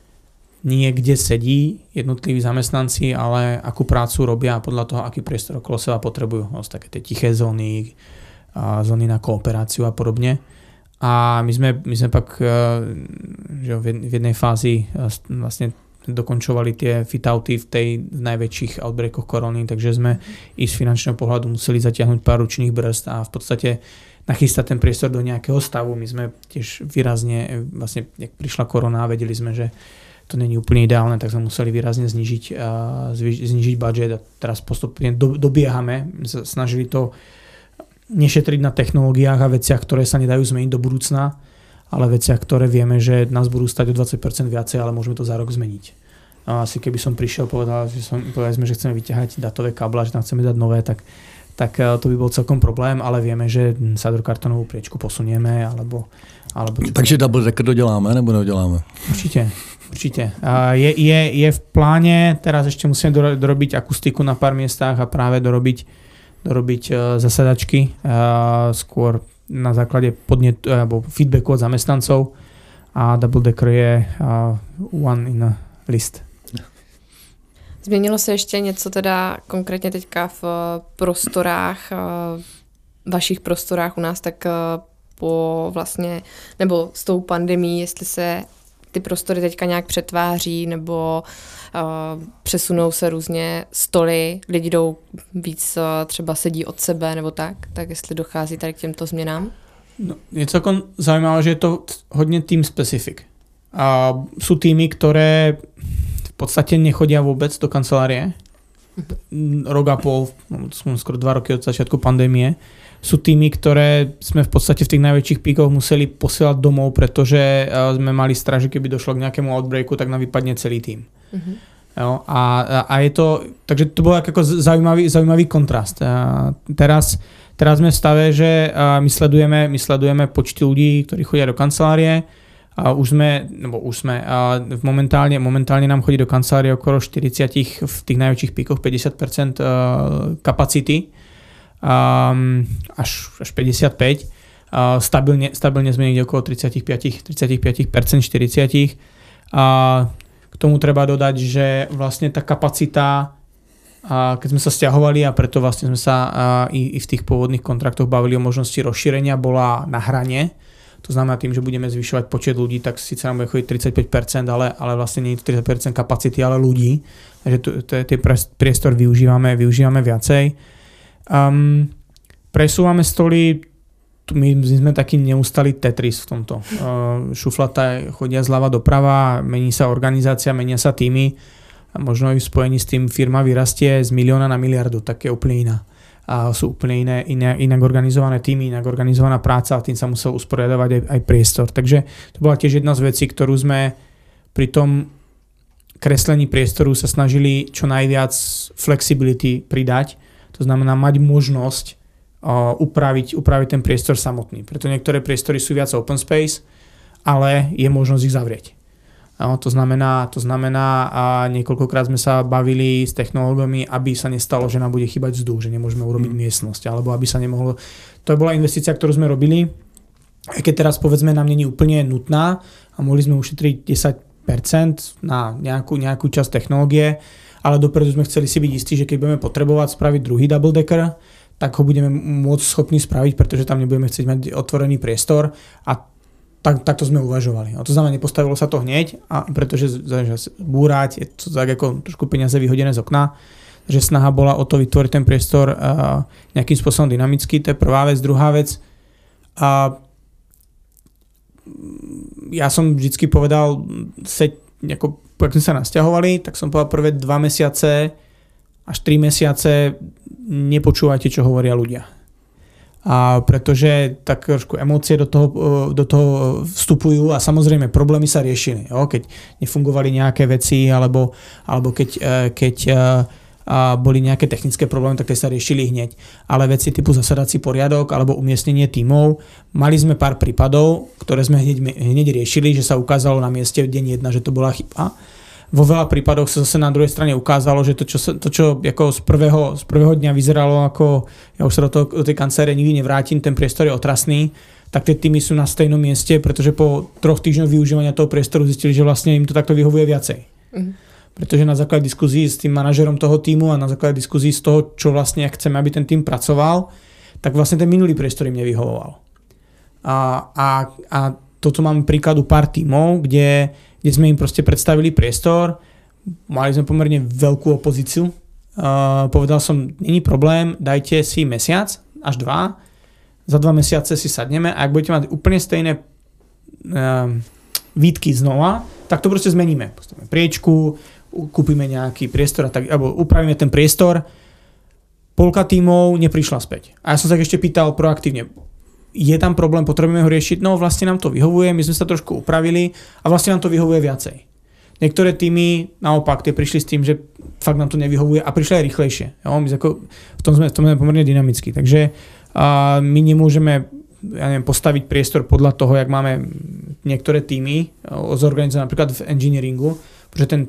nie kde sedí jednotliví zamestnanci, ale akú prácu robia podľa toho, aký priestor okolo seba potrebujú. Vlastne také tie tiché zóny, zóny na kooperáciu a podobne. A my sme, my sme pak že v jednej fázi vlastne dokončovali tie fit-outy v tej v najväčších outbreakoch korony, takže sme i z finančného pohľadu museli zatiahnuť pár ručných brzd a v podstate nachystať ten priestor do nejakého stavu. My sme tiež výrazne, vlastne, jak prišla korona a vedeli sme, že to není úplne ideálne, tak sme museli výrazne znižiť, uh, znižiť budget a teraz postupne do, dobiehame. Snažili to nešetriť na technológiách a veciach, ktoré sa nedajú zmeniť do budúcna, ale veciach, ktoré vieme, že nás budú stať o dvadsať percent viacej, ale môžeme to za rok zmeniť. A asi keby som prišiel, povedal, že, som, povedali sme, že chceme vyťahať datové káble, že tam chceme dať nové, tak, tak to by bol celkom problém, ale vieme, že sadrokartonovú priečku posunieme, alebo... alebo Takže double decker doděláme, nebo nedoděláme? Určite, určite. A je, je, je v pláne, teraz ešte musíme dorobiť akustiku na pár miestach a práve dorobiť, dorobiť zasadačky, skôr na základe podnet, alebo feedbacku od zamestnancov a Double Decker je uh, one in a list. Změnilo se ještě něco teda konkrétně teďka v prostorách, vašich prostorách u nás, tak po vlastně, nebo s tou pandemií, jestli se ty prostory teďka nějak přetváří, nebo uh, přesunou se různě stoly, lidi jdou víc, uh, třeba sedí od sebe, nebo tak, tak jestli dochází tady k těmto změnám? No, je celkom zaujímavé, že je to hodně team specific. A sú týmy, ktoré v podstate nechodia vôbec do kancelárie. Rok a pol, skoro dva roky od začiatku pandémie. Sú týmy, ktoré sme v podstate v tých najväčších píkoch museli posielať domov, pretože sme mali strach, že keby došlo k nejakému outbreaku, tak nám vypadne celý tým. Uh-huh. Jo, a, a je to, takže to bol ako zaujímavý, zaujímavý kontrast. A teraz, teraz sme v stave, že my sledujeme, my sledujeme počty ľudí, ktorí chodia do kancelárie. A už sme, nebo už sme, a momentálne, momentálne nám chodí do kancelárie okolo štyridsať, v tých najväčších píkoch päťdesiat percent kapacity, um, až, až päťdesiatpäť percent. Uh, stabilne, stabilne sme niekde okolo tridsaťpäť percent, štyridsať percent. A k tomu treba dodať, že vlastne tá kapacita, a keď sme sa sťahovali, a preto vlastne sme sa i, i v tých pôvodných kontraktoch bavili o možnosti rozšírenia, bola na hrane. To znamená tým, že budeme zvyšovať počet ľudí, tak síce nám bude chodiť tridsaťpäť percent, ale, ale vlastne nie je to tridsať percent kapacity, ale ľudí. Takže ten priestor využívame, využívame viacej. Um, presúvame stoly, my, my sme taký neustalý Tetris v tomto. Uh, šuflata chodia zľava doprava, mení sa organizácia, menia sa týmy. A možno aj v spojení s tým firma vyrastie z milióna na miliardu, tak je úplne iná. A sú úplne iné, iné, inak organizované týmy, inak organizovaná práca a tým sa musel usporiadavať aj, aj priestor. Takže to bola tiež jedna z vecí, ktorú sme pri tom kreslení priestoru sa snažili čo najviac flexibility pridať. To znamená mať možnosť uh, upraviť, upraviť ten priestor samotný. Preto niektoré priestory sú viac open space, ale je možnosť ich zavrieť. No, to znamená, to znamená a niekoľkokrát sme sa bavili s technológami, aby sa nestalo, že nám bude chýbať vzduch, že nemôžeme urobiť mm. miestnosť, alebo aby sa nemohlo... To bola investícia, ktorú sme robili, aj keď teraz povedzme nám nie je úplne nutná a mohli sme ušetriť desať percent na nejakú, nejakú časť technológie, ale dopredu sme chceli si byť istí, že keď budeme potrebovať spraviť druhý double decker, tak ho budeme môcť schopní spraviť, pretože tam nebudeme chcieť mať otvorený priestor a Tak, takto sme uvažovali. A to znamená, nepostavilo sa to hneď, a pretože búrať je to tak ako trošku peniaze vyhodené z okna, že snaha bola o to vytvoriť ten priestor uh, nejakým spôsobom dynamický. To je prvá vec. Druhá vec, a ja som vždycky povedal, seď, ako, ak sme sa nasťahovali, tak som povedal prvé dva mesiace až tri mesiace nepočúvajte, čo hovoria ľudia. A pretože tak trošku emócie do toho, do toho vstupujú a samozrejme problémy sa riešili. Jo? Keď nefungovali nejaké veci alebo, alebo keď, keď a boli nejaké technické problémy, tak tie sa riešili hneď. Ale veci typu zasadací poriadok alebo umiestnenie tímov, mali sme pár prípadov, ktoré sme hneď, hneď riešili, že sa ukázalo na mieste deň jedna, že to bola chyba. Vo veľa prípadoch sa zase na druhej strane ukázalo, že to, čo, to, čo ako z, prvého, z prvého dňa vyzeralo ako, ja už sa do, toho, do tej kancelárie nikdy nevrátim, ten priestor je otrasný, tak tie týmy sú na stejnom mieste, pretože po troch týždňoch využívania toho priestoru zistili, že vlastne im to takto vyhovuje viacej. Mm. Pretože na základe diskuzí s tým manažerom toho týmu a na základe diskuzí z toho, čo vlastne chceme, aby ten tým pracoval, tak vlastne ten minulý priestor im nevyhovoval. A, a, a toto mám príkladu pár tímov, kde kde sme im proste predstavili priestor, mali sme pomerne veľkú opozíciu. Uh, povedal som, není problém, dajte si mesiac, až dva, za dva mesiace si sadneme a ak budete mať úplne stejné uh, výtky znova, tak to proste zmeníme. Postavíme priečku, kúpime nejaký priestor, a tak, alebo upravíme ten priestor. Polka tímov neprišla späť. A ja som sa ešte pýtal proaktívne, je tam problém, potrebujeme ho riešiť, no vlastne nám to vyhovuje, my sme sa trošku upravili a vlastne nám to vyhovuje viacej. Niektoré týmy naopak, tie prišli s tým, že fakt nám to nevyhovuje a prišli aj rýchlejšie. Jo? My ako, v tom sme, v tom sme pomerne dynamickí, takže uh, my nemôžeme ja neviem, postaviť priestor podľa toho, jak máme niektoré týmy uh, zorganizované napríklad v engineeringu, pretože ten,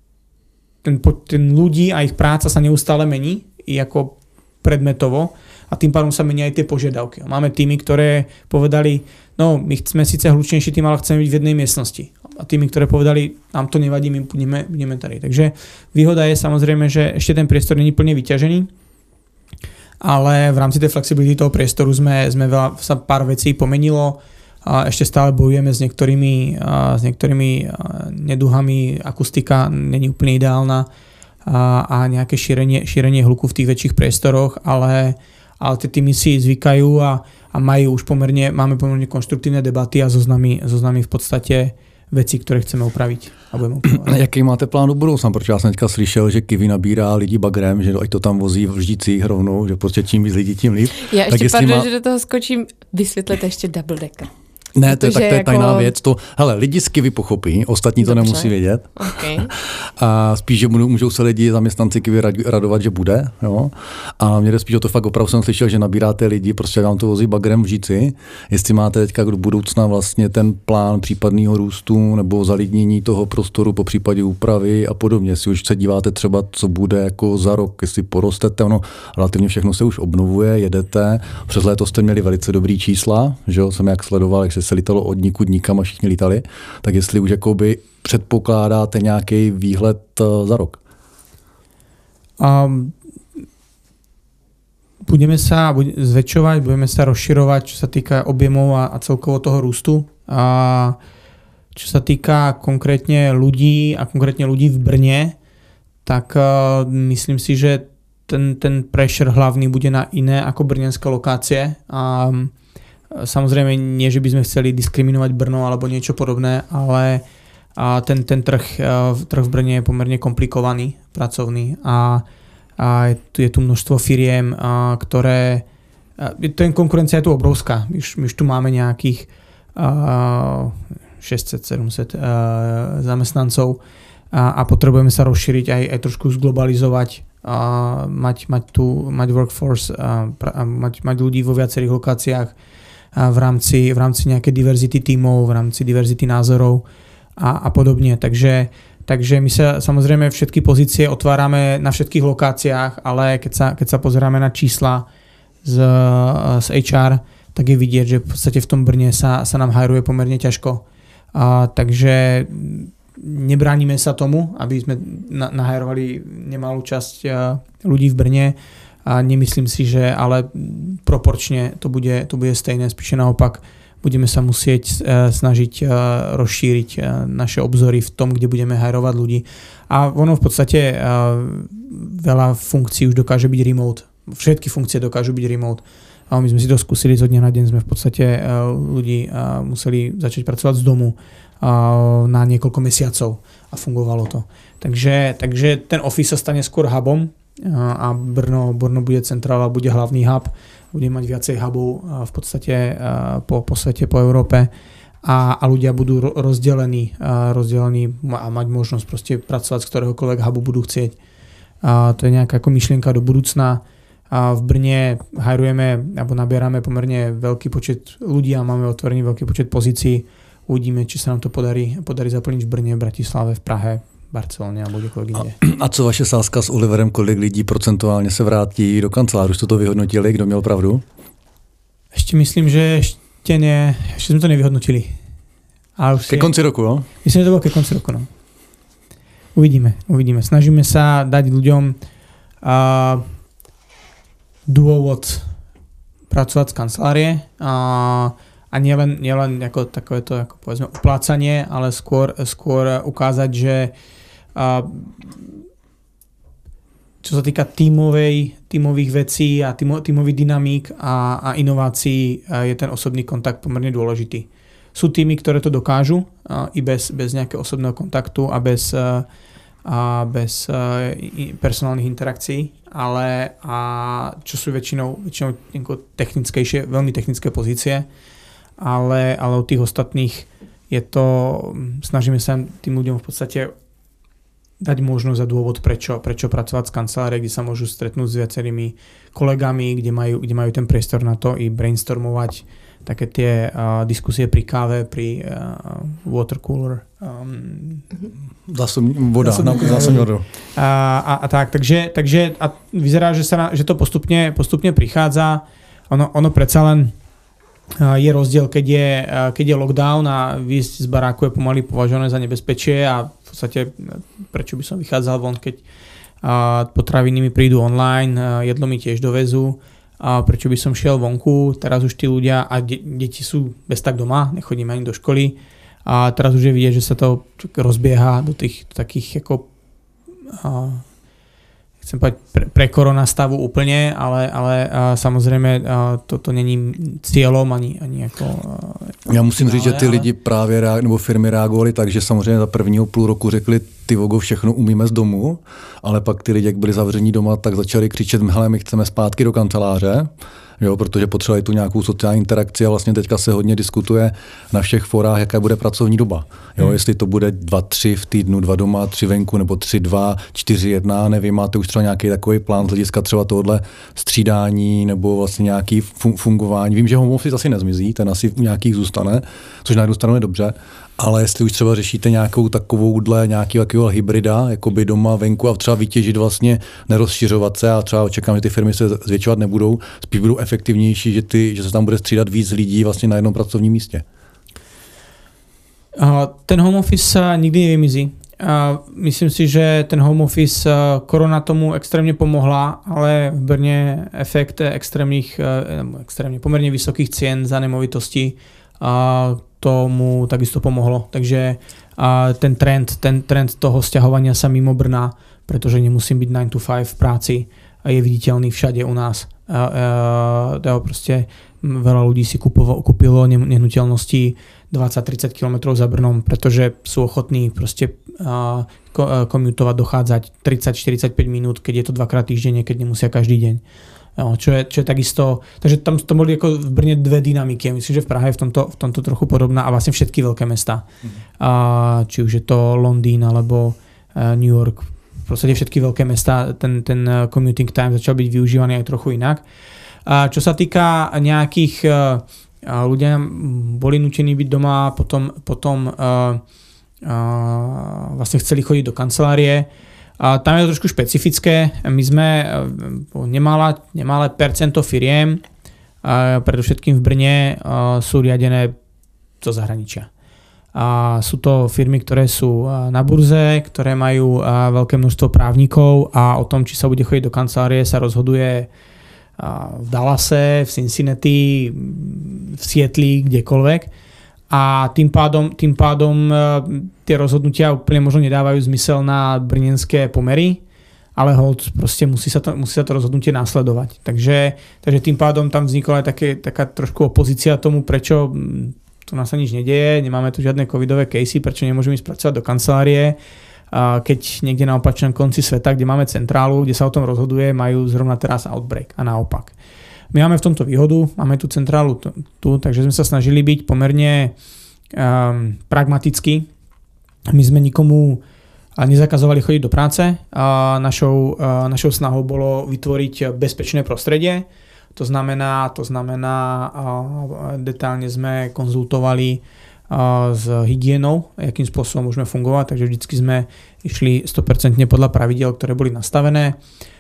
ten, ten ľudí a ich práca sa neustále mení i ako predmetovo. A a tým pádom sa menia aj tie požiadavky. Máme týmy, ktoré povedali, no my sme síce hlučnejší tým, ale chceme byť v jednej miestnosti. A týmy, ktoré povedali, nám to nevadí, my budeme, budeme tady. Takže výhoda je samozrejme, že ešte ten priestor není plne vyťažený, ale v rámci tej flexibility toho priestoru sme, sme veľa, sa pár vecí pomenilo. A ešte stále bojujeme s niektorými, s niektorými neduhami, akustika není úplne ideálna a, a nejaké šírenie, šírenie hluku v tých väčších priestoroch, ale, ale tie týmy si zvykajú a, a majú už pomerne, máme pomerne konštruktívne debaty a so nami, so nami v podstate věci, které chceme upravit a budeme upravovat. Jaký máte plán do budoucna? Protože já jsem teďka slyšel, že Kiwi nabírá lidi bagrem, že ať to tam vozí v Ždících rovnou, že prostě čím víc lidí, tím líp. Já tak ještě pardon, má... že do toho skočím, vysvětlete ještě double decker. Ne, to je, tak to je jako... tajná věc. To, hele, lidi z Kiwi pochopí, ostatní to Dobře. Nemusí vědět. Okay. A spíš, že můžou, můžou se lidi, zaměstnanci Kiwi radovat, že bude. Jo? A mě jde spíš o to fakt, opravdu jsem slyšel, že nabíráte lidi, prostě vám to vozí bagrem v Žíci. Jestli máte teďka do budoucna vlastně ten plán případného růstu nebo zalidnění toho prostoru po případě úpravy a podobně. Jestli už se díváte třeba, co bude jako za rok, jestli porostete, ono relativně všechno se už obnovuje, jedete. Přes léto jste měli velice dobrý čísla, že jo, jsem jak sledoval, jak se lítalo od nikud nikam a všichni lítali, tak jestli už jakoby předpokládáte nějaký výhled za rok? Um, budeme sa zväčšovať, budeme sa rozširovať, čo sa týka objemov a, a celkovo toho růstu. A čo sa týka konkrétne ľudí a konkrétne ľudí v Brne, tak uh, myslím si, že ten, ten pressure hlavný bude na iné ako brněnské lokácie. A um, Samozrejme nie, že by sme chceli diskriminovať Brno alebo niečo podobné, ale ten, ten trh, trh v Brne je pomerne komplikovaný, pracovný a, a je tu množstvo firiem, ktoré... Ten konkurencia je tu obrovská. My už, my už tu máme nejakých šesťsto sedemsto zamestnancov a, a potrebujeme sa rozšíriť aj, aj trošku zglobalizovať, a mať, mať, tu, mať workforce, a, a mať, mať ľudí vo viacerých lokáciách v rámci, v rámci nejaké diverzity tímov, v rámci diverzity názorov a, a podobne. Takže, takže my sa samozrejme všetky pozície otvárame na všetkých lokáciách, ale keď sa, keď sa pozeráme na čísla z, z há er, tak je vidieť, že v podstate v tom Brne sa, sa nám hajruje pomerne ťažko. A, takže nebránime sa tomu, aby sme na, nahajrovali nemalú časť ľudí v Brne. A nemyslím si, že ale proporčne to bude, to bude stejné, spíše naopak budeme sa musieť snažiť rozšíriť naše obzory v tom, kde budeme hajrovať ľudí. A ono v podstate veľa funkcií už dokáže byť remote. Všetky funkcie dokážu byť remote. A my sme si to skúsili zo dňa na deň, sme v podstate ľudí museli začať pracovať z domu na niekoľko mesiacov a fungovalo to. Takže, takže ten office sa stane skôr hubom, a Brno, Brno bude centrála, bude hlavný hub, bude mať viacej hubov v podstate po, po svete, po Európe a, a ľudia budú rozdelení, rozdelení a mať možnosť proste pracovať z ktoréhokoľvek hubu budú chcieť. A to je nejaká ako myšlienka do budúcna. A v Brne hajrujeme alebo nabierame pomerne veľký počet ľudí a máme otvorený veľký počet pozícií. Uvidíme, či sa nám to podarí, podarí zaplniť v Brne, v Bratislave, v Prahe, Barceloně a bude kolik jinde. A, a co vaše sázka s Oliverem, kolik lidí procentuálně se vrátí do kanceláře? Už jste to vyhodnotili, kdo měl pravdu? Ještě myslím, že ještě ne, ještě jsme to nevyhodnotili. Ale už ke konci je, roku, jo? Myslím, že to bylo ke konci roku, no. Uvidíme, uvidíme. Snažíme se dát lidem uh, důvod pracovat z kancelárie a A nielen, nielen ako takovéto ako povedzme uplácanie, ale skôr, skôr ukázať, že a, čo sa týka tímovej, tímových vecí a tímo, tímových dynamík a, a inovácií je ten osobný kontakt pomerne dôležitý. Sú týmy, ktoré to dokážu a, i bez, bez nejakého osobného kontaktu a bez, a, a bez a, personálnych interakcií, ale a, čo sú väčšinou, väčšinou technickejšie, veľmi technické pozície. Ale, ale od tých ostatných je to, snažíme sa tým ľuďom v podstate dať možnosť a dôvod, prečo, prečo pracovať z kancelárie, kde sa môžu stretnúť s viacerými kolegami, kde majú, kde majú ten priestor na to i brainstormovať také tie uh, diskusie pri káve, pri uh, water cooler. Um, Zásobní voda, zásobní vodu. A, a, a tak, takže, takže a vyzerá, že, sa na, že to postupne, postupne prichádza. Ono, ono predsa len uh, je rozdiel, keď je, uh, keď je lockdown a výjsť z baráku je pomaly považované za nebezpečie a v podstate prečo by som vychádzal von, keď uh, potraviny mi prídu online, uh, jedlo mi tiež dovezú. A prečo by som šiel vonku, teraz už tí ľudia a de- deti sú bez tak doma, nechodíme ani do školy a teraz už je vidieť, že sa to rozbieha do tých do takých ako a, chcem povedať pre, pre korona stavu úplne, ale, ale a, samozrejme a, toto není cieľom ani, ani ako... A, Já musím říct, že ty ale... lidi právě reag- nebo firmy reagovali tak, že samozřejmě za prvního půl roku řekli, ty vogo, všechno umíme z domu, ale pak ty lidi, jak byli zavření doma, tak začali křičet, hele, my chceme zpátky do kanceláře, jo, protože potřebovali tu nějakou sociální interakci a vlastně teďka se hodně diskutuje na všech forách, jaká bude pracovní doba. Jo, hmm. Jestli to bude dva, tři v týdnu, dva doma, tři venku, nebo tři, dva, čtyři, jedna, nevím, máte už třeba nějaký takový plán z hlediska třeba tohohle střídání nebo vlastně nějaký fun- fungování. Vím, že home office asi nezmizí, ten asi u nějakých zůstane, což na jednu stranu je dobře, ale jestli už třeba řešíte nějakou takovouhle nějakého takového hybrida, jakoby doma, venku a třeba vytěžit vlastně, nerozšiřovat se a třeba očekám, že ty firmy se zvětšovat nebudou, spíš budou efektivnější, že, ty, že se tam bude střídat víc lidí vlastně na jednom pracovním místě. Ten home office nikdy nevymizí. Myslím si, že ten home office, korona tomu extrémně pomohla, ale v Brně efekt extrémních, extrémně poměrně vysokých cien za nemovitosti tomu takisto pomohlo. Takže ten trend, ten trend toho sťahovania sa mimo Brna, pretože nemusím byť nine to five v práci, je viditeľný všade u nás. Proste veľa ľudí si kupovalo, kúpilo nehnuteľnosti dvadsať tridsať kilometrov za Brnom, pretože sú ochotní proste komutovať, dochádzať tridsať štyridsaťpäť minút, keď je to dvakrát týždenne, keď nemusia každý deň. Jo, čo, je, čo je takisto, takže tam to boli ako v Brne dve dynamiky. Myslím, že v Prahe je v tomto, v tomto trochu podobná a vlastne všetky veľké mesta. Mm. A, či už je to Londýn alebo uh, New York. V podstate všetky veľké mesta, ten, ten commuting time začal byť využívaný aj trochu inak. A čo sa týka nejakých uh, ľudia boli nútení byť doma, potom, potom uh, uh, vlastne chceli chodiť do kancelárie. A tam je to trošku špecifické. My sme nemalé, nemalé percento firiem, predovšetkým v Brne, sú riadené zo zahraničia. A sú to firmy, ktoré sú na burze, ktoré majú veľké množstvo právnikov a o tom, či sa bude chodiť do kancelárie, sa rozhoduje v Dallase, v Cincinnati, v Sietli, kdekoľvek. A tým pádom, tým pádom tie rozhodnutia úplne možno nedávajú zmysel na brněnské pomery, ale hold, proste musí sa to, musí sa to rozhodnutie následovať. Takže, takže tým pádom tam vznikla aj také, taká trošku opozícia tomu, prečo tu nás sa nič nedeje, nemáme tu žiadne covidové casey, prečo nemôžeme ísť pracovať do kancelárie, keď niekde na opačnom konci sveta, kde máme centrálu, kde sa o tom rozhoduje, majú zrovna teraz outbreak a naopak. My máme v tomto výhodu, máme tu centrálu tu, takže sme sa snažili byť pomerne um, pragmatickí. My sme nikomu nezakazovali chodiť do práce. A našou, uh, našou snahou bolo vytvoriť bezpečné prostredie. To znamená, to znamená uh, detálne sme konzultovali uh, s hygienou, akým spôsobom môžeme fungovať, takže vždycky sme išli sto percent podľa pravidiel, ktoré boli nastavené.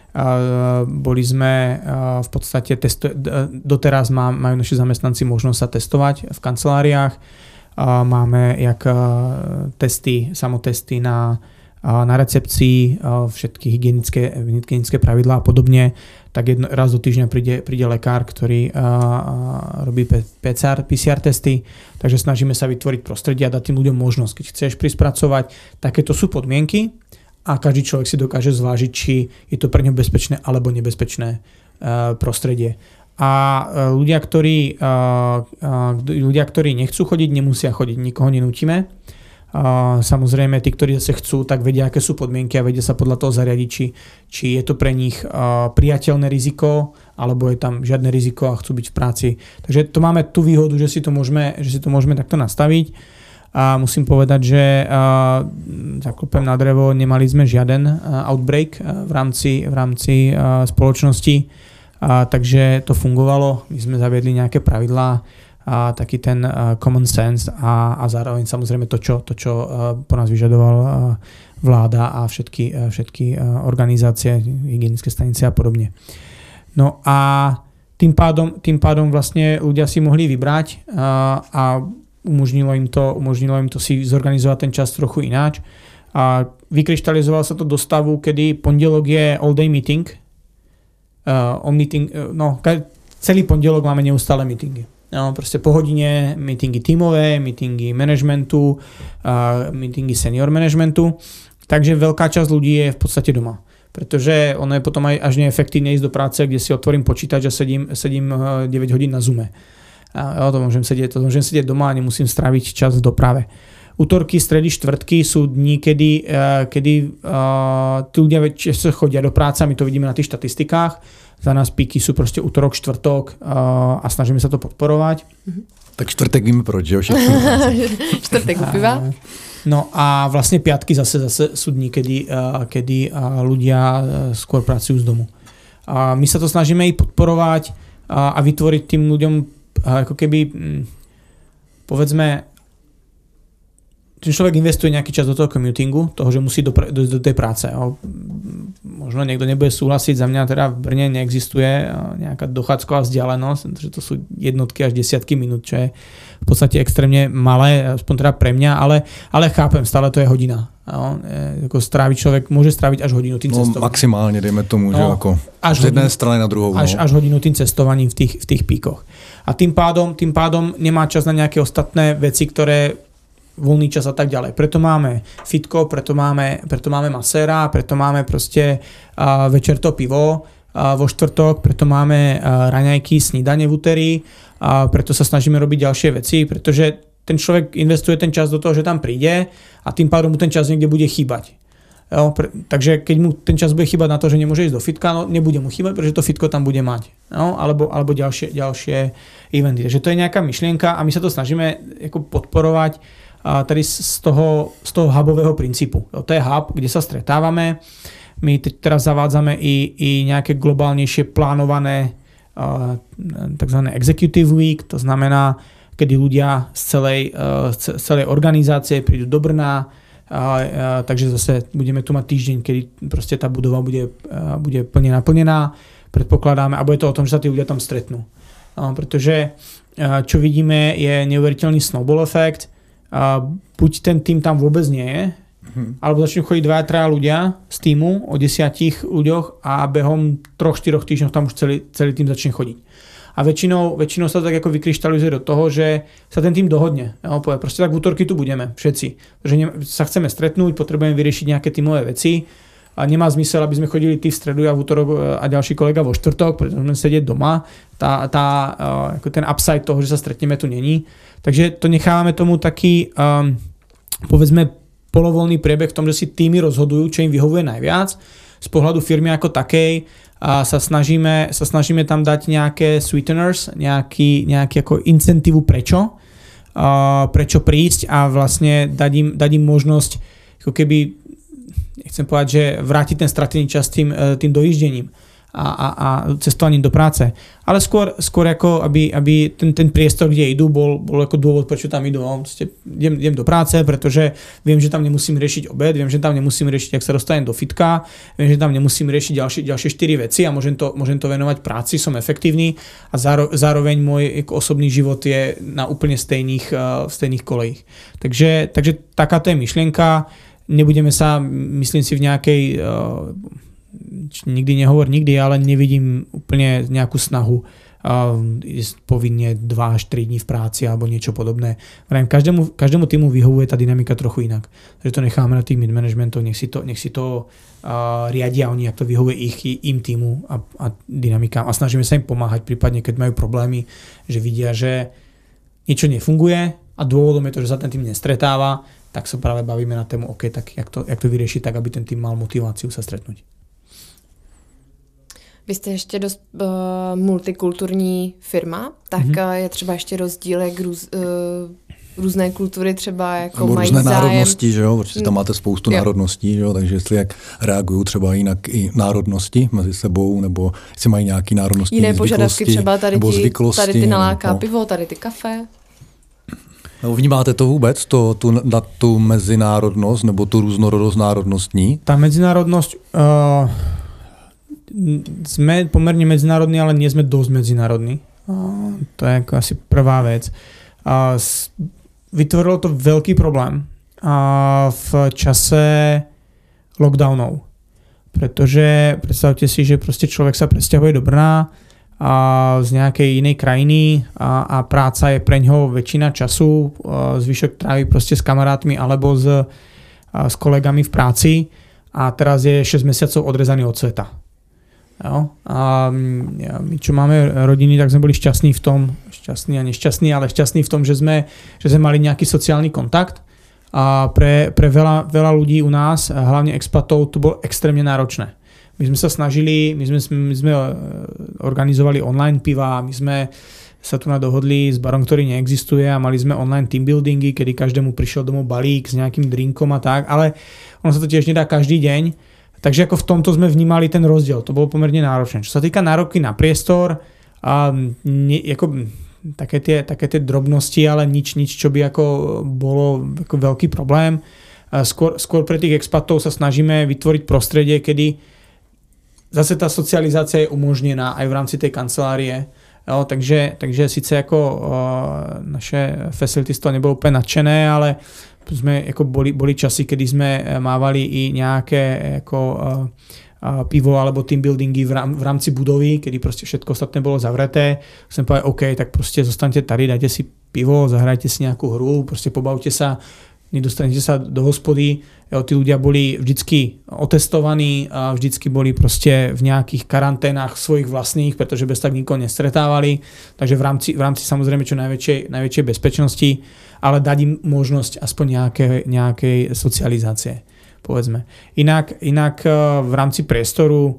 Uh, boli sme uh, v podstate testo- doteraz má, majú naši zamestnanci možnosť sa testovať v kanceláriách. Uh, máme jak uh, testy, samotesty na, uh, na recepcii, uh, všetky hygienické, hygienické pravidlá a podobne. Tak jedno, raz do týždňa príde, príde lekár, ktorý uh, uh, robí pé cé er, pé cé er testy. Takže snažíme sa vytvoriť prostredie a dať tým ľuďom možnosť. Keď chceš prísť pracovať, takéto sú podmienky. A každý človek si dokáže zvážiť, či je to pre ňo bezpečné alebo nebezpečné uh, prostredie. A uh, ľudia, ktorí, uh, uh, ľudia, ktorí nechcú chodiť, nemusia chodiť, nikoho nenútime. Uh, samozrejme, tí, ktorí zase chcú, tak vedia, aké sú podmienky a vedia sa podľa toho zariadiť, či, či je to pre nich uh, priateľné riziko, alebo je tam žiadne riziko a chcú byť v práci. Takže to máme tú výhodu, že si to môžeme, že si to môžeme takto nastaviť. A musím povedať, že uh, zaklopem na drevo, nemali sme žiaden uh, outbreak uh, v rámci, v rámci uh, spoločnosti, uh, takže to fungovalo. My sme zaviedli nejaké pravidlá, a taký ten uh, common sense a, a zároveň samozrejme to, čo, to, čo uh, po nás vyžadoval uh, vláda a všetky, uh, všetky uh, organizácie, hygienické stanice a podobne. No a tým pádom, tým pádom vlastne ľudia si mohli vybrať uh, a umožnilo im to, umožnilo im to si zorganizovať ten čas trochu ináč. A vykryštalizovalo sa to do stavu, kedy pondelok je all day meeting. Uh, on meeting uh, no, celý pondelok máme neustále meetingy. No, proste po hodine meetingy tímové, meetingy managementu, uh, meetingy senior managementu. Takže veľká časť ľudí je v podstate doma. Pretože ono je potom aj až neefektívne ísť do práce, kde si otvorím počítač a sedím, sedím deväť hodín na Zoome. A to môžem sedieť, to môžem sedieť doma a nemusím stráviť čas v doprave. Útorky, stredy, štvrtky sú dní, kedy, kedy uh, tí ľudia často chodia do práce, my to vidíme na tých štatistikách. Za nás píky sú proste útorok, štvrtok uh, a snažíme sa to podporovať. Tak čtvrtek víme proč, že jo? Čtvrtek u piva. No a vlastne piatky zase, zase sú dní, kedy, uh, kedy uh, ľudia uh, skôr pracujú z domu. Uh, my sa to snažíme i podporovať uh, a vytvoriť tým ľuďom uh, ako keby um, povedzme ten človek investuje nejaký čas do toho commutingu, toho, že musí do, do, do tej práce. Možno niekto nebude súhlasiť, za mňa teda v Brne neexistuje nejaká dochádzková vzdialenosť, pretože to sú jednotky až desiatky minút, čo je v podstate extrémne malé, aspoň teda pre mňa, ale, ale chápem, stále to je hodina. No, jako stráviť človek môže stráviť až hodinu tým no, cestovaním. Maximálne, dejme tomu, no, že ako až z jednej hodinu, strany na druhou. Až, no. až hodinu tým cestovaním v tých, v tých píkoch. A tým pádom, tým pádom nemá čas na nejaké ostatné veci, ktoré voľný čas a tak ďalej. Preto máme fitko, preto máme, preto máme maséra, preto máme proste uh, večer to pivo uh, vo štvrtok, preto máme uh, raňajky, snídanie v úterý, uh, preto sa snažíme robiť ďalšie veci, pretože ten človek investuje ten čas do toho, že tam príde a tým pádom mu ten čas niekde bude chýbať. Jo, pre, takže keď mu ten čas bude chýbať na to, že nemôže ísť do fitka, no nebude mu chýbať, pretože to fitko tam bude mať. Jo, alebo alebo ďalšie, ďalšie eventy. Takže to je nejaká myšlienka a my sa to snažíme ako podporovať a tady z toho, z toho hubového princípu. To je hub, kde sa stretávame. My teď teraz zavádzame i, i nejaké globálnejšie plánované uh, takzvané executive week, to znamená, kedy ľudia z celej, uh, z celej organizácie prídu do Brna, uh, uh, takže zase budeme tu mať týždeň, kedy proste tá budova bude, uh, bude plne naplnená, predpokladáme, a bude to o tom, že sa tí ľudia tam stretnú. Uh, pretože uh, čo vidíme je neuveriteľný snowball efekt. Uh, buď ten tým tam vôbec nie je, hmm. alebo začnú chodiť dva traja ľudia z týmu o desiatich ľuďoch a behom troch štyroch týždňov tam už celý, celý tým začne chodiť. A väčšinou, väčšinou sa to tak ako vykryštalizuje do toho, že sa ten tým dohodne. Ja, povie, proste tak v útorky tu budeme, všetci. Pretože ne, sa chceme stretnúť, potrebujeme vyriešiť nejaké tímové veci a nemá zmysel, aby sme chodili ty v stredu a v útorok a ďalší kolega vo štvrtok, pretože môžeme sedieť doma. Tá, tá, ako ten upside toho, že sa stretneme, tu není. Takže to nechávame tomu taký, um, povedzme, polovoľný priebeh v tom, že si týmy rozhodujú, čo im vyhovuje najviac. Z pohľadu firmy ako takej a sa snažíme, sa snažíme tam dať nejaké sweeteners, nejaký, nejaký ako incentívu prečo, uh, prečo prísť a vlastne dať im, dať im možnosť, ako keby, nechcem povedať, že vrátiť ten stratený čas tým, tým dojíždením a, a, a cestovaním do práce. Ale skôr, skôr ako, aby, aby ten, ten priestor, kde idú, bol, bol ako dôvod, prečo tam idú. Idem, idem do práce, pretože viem, že tam nemusím riešiť obed, viem, že tam nemusím riešiť, ak sa dostanem do fitka, viem, že tam nemusím riešiť ďalšie, ďalšie štyri veci a môžem to, môžem to venovať práci, som efektívny a záro, zároveň môj osobný život je na úplne stejných, uh, stejných kolejích. Takže, takže takáto je myšlienka. Nebudeme sa, myslím si, v nejakej... Uh, nikdy nehovor nikdy, ale nevidím úplne nejakú snahu uh, ísť povinne dva až tri dní v práci alebo niečo podobné. Vrajím, každému, každému týmu vyhovuje tá dynamika trochu inak. Takže to necháme na tých mid-managementov, nech si to, nech si to uh, riadia oni, ak to vyhovuje ich, im týmu a, a dynamikám. A snažíme sa im pomáhať, prípadne keď majú problémy, že vidia, že niečo nefunguje a dôvodom je to, že sa ten tým nestretáva, tak sa práve bavíme na tému, OK, tak jak to, jak to vyriešiť tak, aby ten tým mal motiváciu sa stretnúť. Vy jste ještě dost uh, multikulturní firma, tak mm-hmm. je třeba ještě rozdíl, jak růz, uh, různé kultury třeba jako nebo mají různé zájem. národnosti, že jo, protože tam máte spoustu jo. národností, že jo, takže jestli jak reagují třeba jinak i národnosti mezi sebou, nebo jestli mají nějaký národnostní jiné zvyklosti, požadavky, třeba tady nebo ty, zvyklosti, tady ty naláká no. pivo, tady ty kafe. No, vnímáte to vůbec, to, tu, na tu mezinárodnost nebo tu různorodost národnostní? Tá medzinárodnosť, uh, sme pomerne medzinárodní, ale nie sme dosť medzinárodní. Uh, to je ako asi prvá vec. Uh, s, vytvorilo to veľký problém uh, v čase lockdownov. Pretože predstavte si, že proste človek sa presťahuje do Brna a z nejakej inej krajiny a, a práca je pre ňoho väčšina času, uh, zvyšok tráví proste s kamarátmi alebo s, uh, s kolegami v práci a teraz je šesť mesiacov odrezaný od sveta. Jo? A my, čo máme rodiny, tak sme boli šťastní v tom, šťastní a nešťastní, ale šťastní v tom, že sme, že sme mali nejaký sociálny kontakt a pre, pre veľa, veľa ľudí u nás, hlavne expatov, to bolo extrémne náročné. My sme sa snažili, my sme, my sme organizovali online piva, my sme sa tu dohodli s barom, ktorý neexistuje a mali sme online team buildingy, kedy každému prišiel domov balík s nejakým drinkom a tak, ale ono sa to tiež nedá každý deň. Takže ako v tomto sme vnímali ten rozdiel. To bolo pomerne náročné. Čo sa týka nároky na priestor, a ne, ako, také, tie, také tie drobnosti, ale nič, nič, čo by ako bolo ako veľký problém. Skôr, skôr pre tých expatov sa snažíme vytvoriť prostredie, kedy zase tá socializácia je umožnená aj v rámci tej kancelárie. Jo, takže, takže síce jako uh, naše facilities to nebolo úplne nadšené, ale sme, jako boli, boli časy, kedy sme mávali i nejaké jako, uh, uh, pivo alebo team buildingy v, rám, v rámci budovy, kedy proste všetko ostatné bolo zavreté. Som povedal, OK, tak proste zostanete tady, dajte si pivo, zahrajte si nejakú hru, proste pobavte sa, nedostanete sa do hospody. Jo, tí ľudia boli vždycky otestovaní a vždycky boli proste v nejakých karanténách svojich vlastných, pretože bez tak nikoho nestretávali. Takže v rámci, v rámci samozrejme čo najväčšej, najväčšej bezpečnosti, ale dať im možnosť aspoň nejaké, nejakej socializácie, povedzme. Inak, inak v rámci priestoru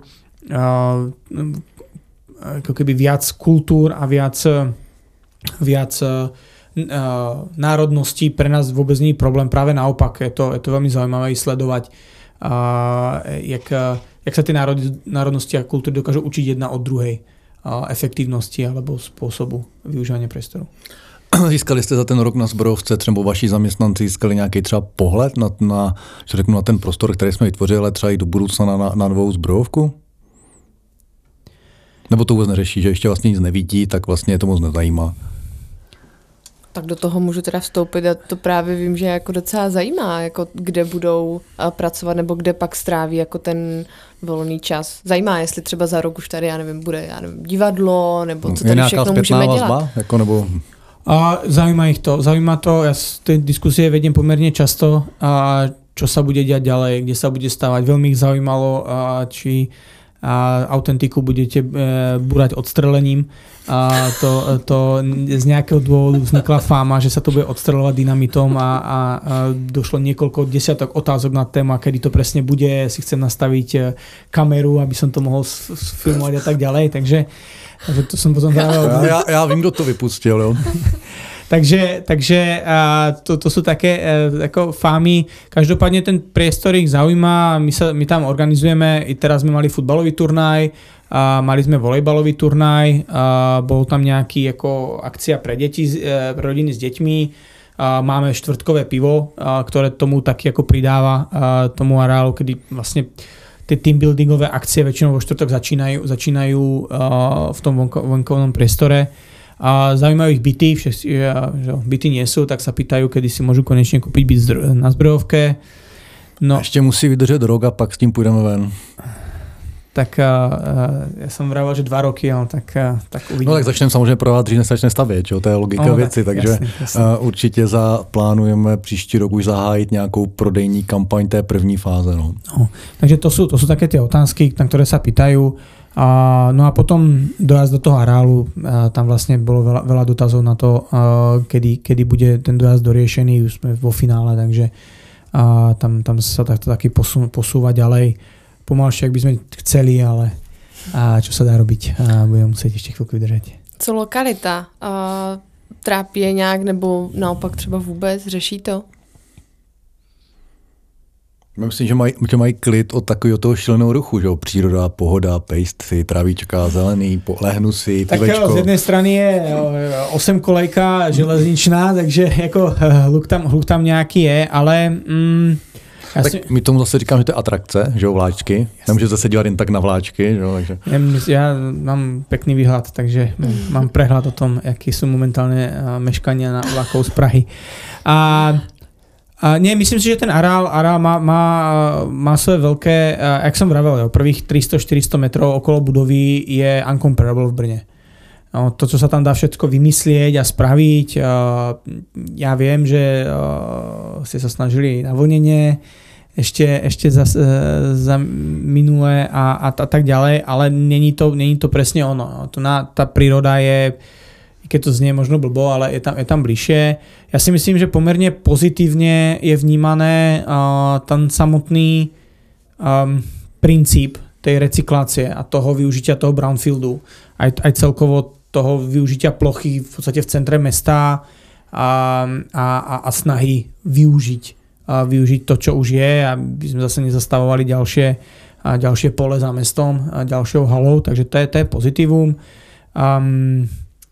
ako keby viac kultúr a viac, viac národností pre nás vôbec nie je problém, práve naopak, je to, je to veľmi zaujímavé sledovať, uh, jak, jak sa tie národy, národnosti a kultúry dokážu učiť jedna od druhej uh, efektívnosti alebo spôsobu využívania priestoru. Získali jste za ten rok na zbrojovce, třeba vaši zaměstnanci získali nějaký třeba pohled na, na, že řeknu, na ten prostor, který jsme vytvořili, ale třeba i do budoucna na, na, na novou zbrojovku? Nebo to vůbec neřeší, že ještě vlastně nic nevidí, tak vlastně je to moc nezajímá? Tak do toho můžu teda vstoupit a to právě vím, že jako docela zajímá, jako kde budou pracovat nebo kde pak stráví jako ten volný čas. Zajímá, jestli třeba za rok už tady, já nevím, bude já nevím, divadlo, nebo co tady všechno můžeme dělat. Vazba, jako nebo... A zaujíma ich to, zaujíma to, ja tie diskusie vediem pomerne často, a čo sa bude diať ďalej, kde sa bude stávať. Veľmi ich zaujímalo, a či a autentiku budete e, burať odstrelením. A to, to z nejakého dôvodu vznikla fáma, že sa to bude odstreľovať dynamitom a, a, a došlo niekoľko desiatok otázok na téma, kedy to presne bude, si chcem nastaviť kameru, aby som to mohol sfilmovať a tak ďalej, takže, takže to som potom ja, ja, ja vím, kto to vypustil, jo. Takže, takže to, to sú také ako fámy. Každopádne ten priestor ich zaujíma. My, sa, my tam organizujeme, i teraz sme mali futbalový turnaj, a mali sme volejbalový turnaj, a bol tam nejaký ako akcia pre deti, pre rodiny s deťmi. A máme štvrtkové pivo, a ktoré tomu taky ako pridáva tomu areálu, kedy vlastne tie team buildingové akcie väčšinou vo štvrtok začínajú, začínajú v tom vonkovnom priestore. A zaujímajú ich byty, že byty nie sú, tak sa pýtajú, kedy si môžu konečne kúpiť byt na zbrojovke. No, ještě musí vydržet rok a pak s tím půjdeme ven. Tak uh, ja som vravel, že dva roky, ale tak, uh, tak uvidíme. No tak začneme samozřejmě prodávat, dřív než začne stavět, čo? To je logika no, věci, tak, takže jasný, jasný. Uh, určitě za, plánujeme příští rok už zahájit nějakou prodejní kampaň té první fáze. No. No, takže to sú, to sú také tie otázky, na ktoré sa pýtajú. A, no a potom dojazd do toho areálu, a tam vlastne bolo veľa, veľa dotazov na to, a, kedy, kedy bude ten dojazd doriešený, už sme vo finále, takže a, tam, tam sa takto taky posú, posúva ďalej. Pomalšie, ak by sme chceli, ale a čo sa dá robiť, a budeme musieť ešte chvíľku vydržať. Co lokalita? Uh, trápí je nějak, nebo naopak třeba vůbec, řeší to? Myslím, že mají, že mají klid od takového toho šíleného ruchu, že jo? Příroda, pohoda, pejstci, travíčka, zelený, lehnu si, tak jo, z jedné strany je osm kolejka železničná, takže jako hluk tam, hluk tam nějaký je, ale... Mm, tak si... my tomu zase říkám, že to je atrakce, že jo, vláčky. Nemůže zase dívat jen tak na vláčky, že jo, takže... Já mám pekný výhled, takže mám prehľad o tom, jaký jsou momentálně meškania na vlakov z Prahy. A A nie, myslím si, že ten areál, areál má, má, má svoje veľké, jak som vravel, jo, prvých tristo štyristo metrov okolo budovy je uncomparable v Brne. No, to, co sa tam dá všetko vymyslieť a spraviť, ja viem, že ste sa snažili na vlnenie ešte, ešte za, za minulé a, a, a tak ďalej, ale není to, není to presne ono. To na, tá príroda je, keď to znie možno blbo, ale je tam, je tam bližšie. Ja si myslím, že pomerne pozitívne je vnímané uh, ten samotný um, princíp tej recyklácie a toho využitia toho brownfieldu. Aj, aj celkovo toho využitia plochy v podstate v centre mesta a, a, a snahy využiť, a využiť to, čo už je, aby sme zase nezastavovali ďalšie, a ďalšie pole za mestom a ďalšou halou, takže to je, to je pozitívum. Um,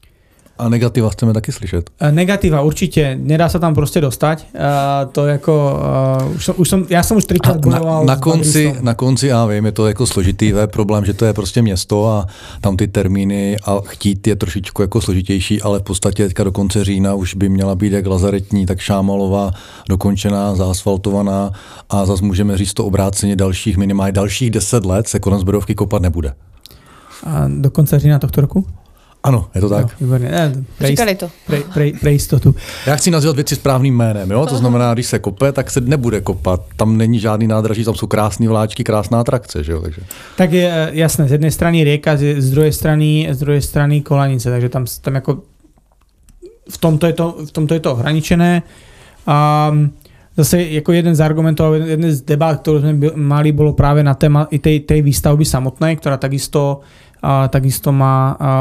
A negativa chceme taky slyšet. Negativa určitě, nedá se tam prostě dostať. Uh, to jako, uh, už, som, už som, já jsem už trikrát bojoval. Na, na, konci, na konci, já vím, je to jako složitý problém, že to je prostě město a tam ty termíny a chtít je trošičku jako složitější, ale v podstatě teďka do konce října už by měla být jak Lazaretní, tak Šámalová dokončená, zaasfaltovaná a zase můžeme říct to obráceně dalších minimálně dalších deset let se kolem Zbrojovky kopat nebude. A do konce října tohto roku? Ano, je to tak. No, ne, pre, Říkali to. Pre, pre, pre jistotu. Já chci nazvat věci správným jménem, jo? To znamená, když se kope, tak se nebude kopat. Tam není žádný nádraží, tam jsou krásné vláčky, krásná atrakce, že jo? Takže... Tak je jasné, z jedné strany rieka, z druhé strany, z druhé strany Kolanice, takže tam, tam jako v tomto je to, v tomto je to ohraničené. Um, Zase jako jeden z argumentů, jeden z debat, kterou jsme mali, bylo právě na téma i tej, tej výstavby samotné, která takisto a takisto má a,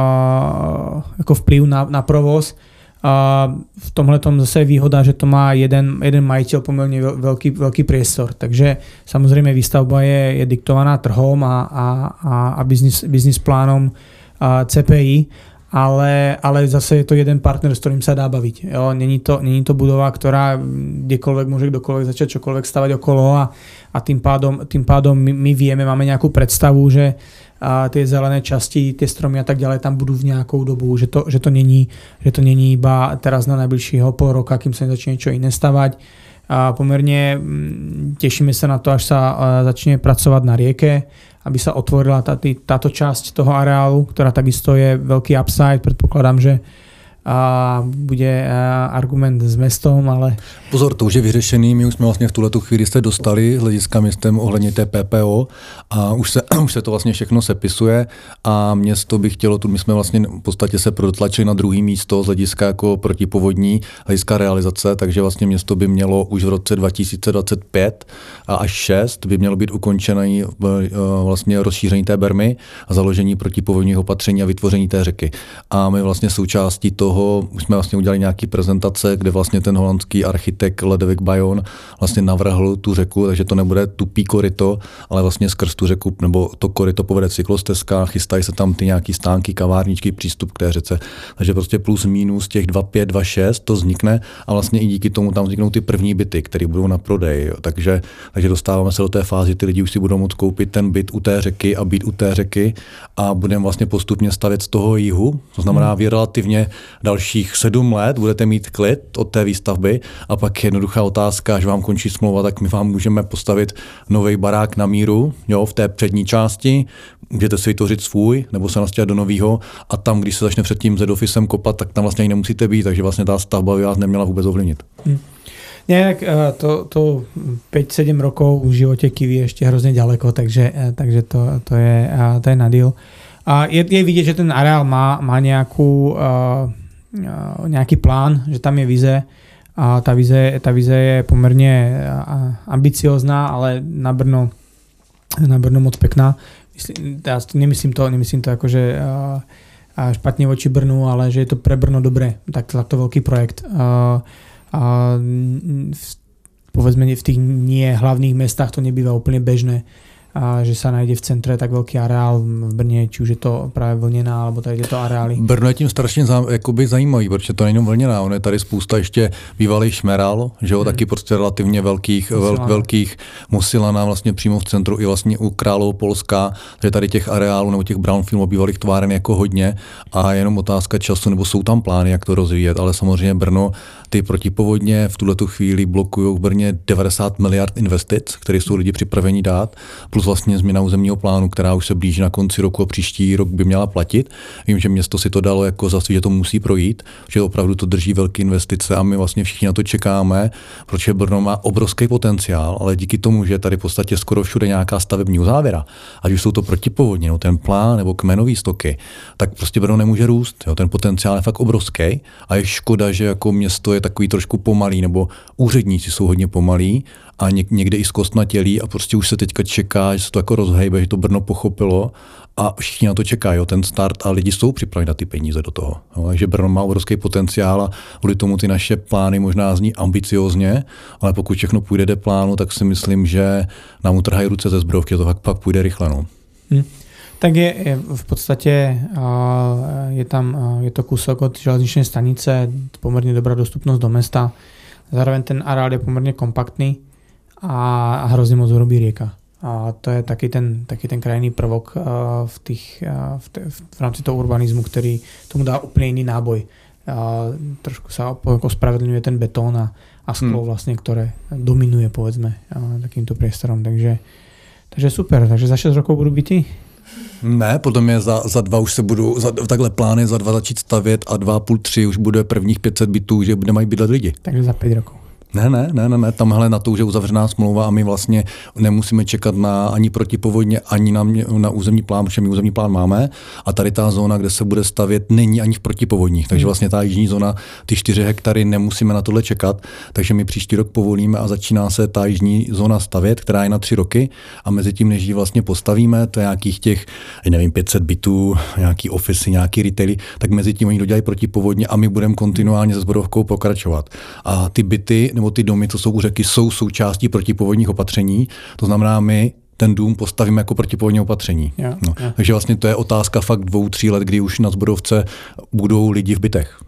jako vplyv na, na provoz. A v tomhletom zase je výhoda, že to má jeden, jeden majitel poměrně velký, velký priestor. Takže samozřejmě výstavba je, je diktovaná trhom a, a, a, a business, business plánom a C P I, ale, ale zase je to jeden partner, s kterým se dá bavit. Jo? Není to, není to budova, která kdekoľvek může kdokoliv začít čokoľvek stavať okolo a, a tým pádom, tým pádom my, my vieme, máme nějakou představu, že a ty zelené časti, ty stromy a tak ďalej tam budú v nějakou dobu, že to, že to není, že to není iba teraz na najbližšího pol roka, kým sa začne niečo iné stavať. A pomerne tešíme sa na to, až sa začne pracovať na rieke, aby sa otvorila tá, táto časť toho areálu, ktorá takisto je veľký upside. Predpokladám, že a bude argument s mestom, ale... Pozor, to už je vyřešený, my už jsme vlastně v tuhletu chvíli se dostali s hlediska městem ohledně té P P O a už se, už se to vlastně všechno sepisuje a město by chtělo, tu my jsme vlastně v podstatě se protlačili na druhý místo z hlediska jako protipovodní, hlediska realizace, takže vlastně město by mělo už v roce dva tisíce dvacet pět až šest by mělo být ukončené vlastně rozšíření té bermy a založení protipovodních opatření a vytvoření té řeky. A my vlastně součástí toho už jsme vlastně udělali nějaký prezentace, kde vlastně ten holandský architekt Ledevik Bajon vlastně navrhl tu řeku, takže to nebude tupý koryto, ale vlastně skrz tu řeku, nebo to koryto povede cyklostezka, chystají se tam ty nějaký stánky, kavárničky, přístup k té řece. Takže prostě plus minus těch dva pět, dva šest to vznikne a vlastně i díky tomu tam vzniknou ty první byty, které budou na prodej. Jo. Takže, takže dostáváme se do té fázy, ty lidi už si budou moct koupit ten byt u té řeky a být u té řeky a budeme vlastně postupně stavět z toho jihu, to znamená vy relativně dalších sedm let budete mít klid od té výstavby a pak jednoduchá otázka, až vám končí smlouva, tak my vám můžeme postavit nový barák na míru, jo, v té přední části, můžete si vytvořit svůj nebo se nastěhovat do novýho a tam, když se začne před tím Z officem kopat, tak tam vlastně ani nemusíte být, takže vlastně ta stavba by vás neměla vůbec ovlivnit. Hmm. Nejak to, to päť sedem rokov v životě Kiwi je ještě hrozně daleko, takže, takže to, to, je, to je na deal. A je, je vidět, že ten areál má, má nějakou, uh, nějaký plán, že tam je vize a ta vize, ta vize je poměrně ambiciozná, ale na Brno, na Brno moc pekná. Myslím, já nemyslím to, nemyslím to jako, že uh, špatne voči Brnu, ale že je to pre Brno dobré, tak takto veľký projekt. A, a v, povedzme v tých nie hlavných mestách to nebýva úplne bežné, a že sa nájde v centre tak velký areál v Brně, či už je to právě vlněná, alebo tady to areály. Brno je tím strašně jakoby zajímavý, protože to není vlněná, ono je tady spousta ještě bývalých šmeral, že jo, hmm. taky prostě relativně velkých, vel, velkých Mosilana vlastně přímo v centru i vlastně u Královopolska, že tady těch areálů nebo těch brownfieldů bývalých tváren jako hodně a jenom otázka času, nebo jsou tam plány, jak to rozvíjet, ale samozřejmě Brno ty protipovodně v tuhletu chvíli blokují v Brně devadesát miliard investic, které jsou lidi připraveni dát, plus vlastně změna územního plánu, která už se blíží na konci roku a příští rok by měla platit. Vím, že město si to dalo jako za svý, že to musí projít, že opravdu to drží velké investice a my vlastně všichni na to čekáme, protože Brno má obrovský potenciál, ale díky tomu, že je tady v podstatě skoro všude nějaká stavební uzávěra, ať už jsou to protipovodně, no, ten plán nebo kmenový stoky, tak prostě Brno nemůže růst. Jo, ten potenciál je fakt obrovský a je škoda, že jako město je takový trošku pomalý, nebo úředníci jsou hodně pomalí a někde i zkostnatělí a prostě už se teďka čeká, že se to jako rozhejbe, že to Brno pochopilo a všichni na to čekají, jo, ten start a lidi jsou připraveni na ty peníze do toho. Jo, takže Brno má obrovský potenciál a kvůli tomu ty naše plány možná zní ambiciozně, ale pokud všechno půjde do plánu, tak si myslím, že nám utrhají ruce ze zbrojovky, to fakt pak půjde rychle. No. Hmm. Tak je, je v podstatě je tam je to kúsok od železničnej stanice, pomerne dobrá dostupnosť do mesta. Zároveň ten areál je pomerne kompaktný a hrozně moc urobí rieka. A to je taky ten, taky ten krajný prvok v, tých, v, te, v rámci toho urbanizmu, který tomu dá úplně jiný náboj. A trošku sa ospravedlňuje ten betón a, a sklo, hmm. vlastně, ktoré dominuje, povedzme, takýmto priestorom. Takže, takže super. Takže za šesť rokov budú byty? Ne, podle mě za, za dva už se budou, za, takhle plány za dva začít stavět a dva, půl, tři už bude prvních pět set bytů, že bude mají bydlet lidi. Takže za pět rokov. Ne, ne, ne, ne, ne, tamhle na to už je uzavřená smlouva a my vlastně nemusíme čekat na ani protipovodně, ani na, na územní plán, protože my územní plán máme a tady ta zóna, kde se bude stavět, není ani v protipovodních, takže vlastně ta jižní zóna, ty čtyři hektary, nemusíme na tohle čekat, takže my příští rok povolíme a začíná se ta jižní zóna stavět, která je na tři roky a mezi tím, než ji vlastně postavíme, to je nějakých těch, nevím, pět set bytů, nějaký ofisy, nějaký retaily, tak mezi tím oni dodělají protipovodně a my budeme kontinuálně se zborovkou pokračovat. A ty byty nebo ty domy, co jsou u řeky, jsou součástí protipovodních opatření. To znamená, my ten dům postavíme jako protipovodní opatření. Yeah, no. yeah. Takže vlastně to je otázka fakt dvou, tří let, kdy už na Zborovce budou lidi v bytech.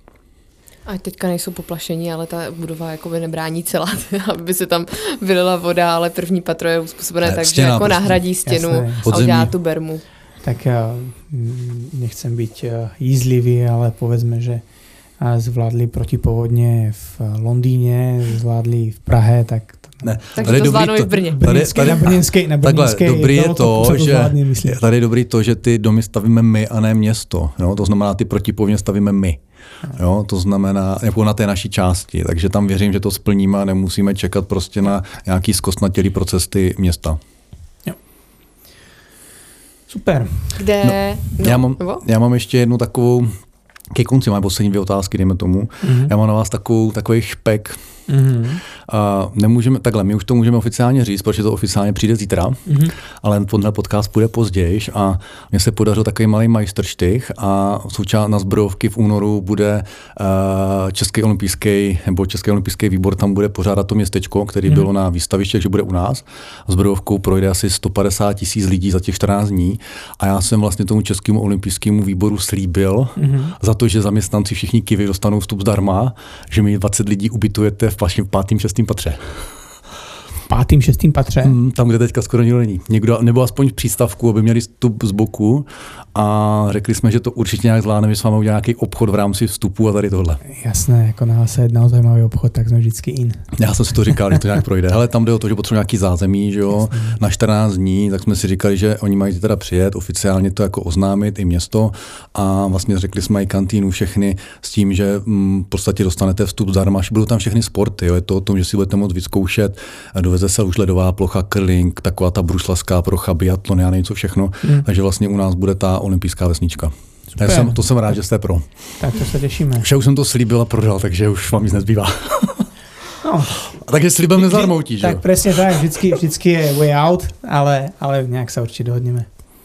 A teďka nejsou poplašení, ale ta budova jakoby nebrání celá, aby se tam vylila voda, ale první patro je uspůsobené tak, že jako prostě nahradí stěnu a udělá tu bermu. Tak ja nechcem byť jízlivý, ale povedzme, že zvládli protipovodně v Londýně, zvládli v Prahe, tak ne. Takže to zvládnou i v Brně. Tady, tady, na Brněnské, na Brněnské takhle, dobrý je to, to že zvládně, tady je dobrý to, že ty domy stavíme my a ne město. Jo? To znamená, ty protipovodně stavíme my. Jo? To znamená, jako na té naší části. Takže tam věřím, že to splníme a nemusíme čekat prostě na nějaký zkostnatělý procesy města. Jo. Super. Kde? No, no, já, mám, já mám ještě jednu takovou, ke konci mám poslední dvě otázky, dejme tomu. Mm-hmm. Já mám na vás takovou, takový špek. Mm-hmm. A nemůžeme, takhle, my už to můžeme oficiálně říct, protože to oficiálně přijde zítra, mm-hmm. ale tenhle podcast půjde později a mně se podařil takový malý majstrštych a součást na Zbrojovky v únoru bude uh, Český olympijský, nebo Český olympijský výbor tam bude pořádat to městečko, který mm-hmm. bylo na výstavišti, že bude u nás. Zbrojovkou projde asi sto padesát tisíc lidí za těch čtrnáct dní a já jsem vlastně tomu Českému olympijskému výboru slíbil mm-hmm. za to, že zaměstnanci všichni Kivy dostanou vstup zdarma, že mi dvacet lidí ubytujete v v pátým, šestým patře. Pátým, šestým patře? Mm, tam, kde teďka skoro nikdo není. Někdo, nebo aspoň v přístavku, aby měli vstup z boku a řekli jsme, že to určitě nějak zvládneme, že s vámi udělá nějaký obchod v rámci vstupu a tady tohle. Jasné, jako náhle se jedná o zajímavý obchod, tak jsme vždycky in. Já jsem si to říkal, že to nějak projde. Hele, tam jde o to, že potřebujeme nějaký zázemí, že jo, na čtrnáct dní, tak jsme si říkali, že oni mají teda přijet, oficiálně to jako oznámit i město a vlastně řekli jsme i kantýnu všechny s tím, že mm, v podstatě dostanete vstup zdarma, budou tam všechny sporty, jo, je to o tom, že si budete moct vyzkoušet, doveze se už ledová plocha, curling, taková ta bruslaská plocha, biatlon, já nevím co všechno, hmm. takže vlastně u nás bude ta olympijská vesnička. Jsem, to jsem rád, že jste pro. Tak to se těšíme. Vše už jsem to slíbil a prodal, takže už vám nic nezbývá. No. A takže slíbem nezarmoutíš, tak jo? Presne tak, vždycky, vždycky je way out, ale, ale nějak se určitě dohodneme.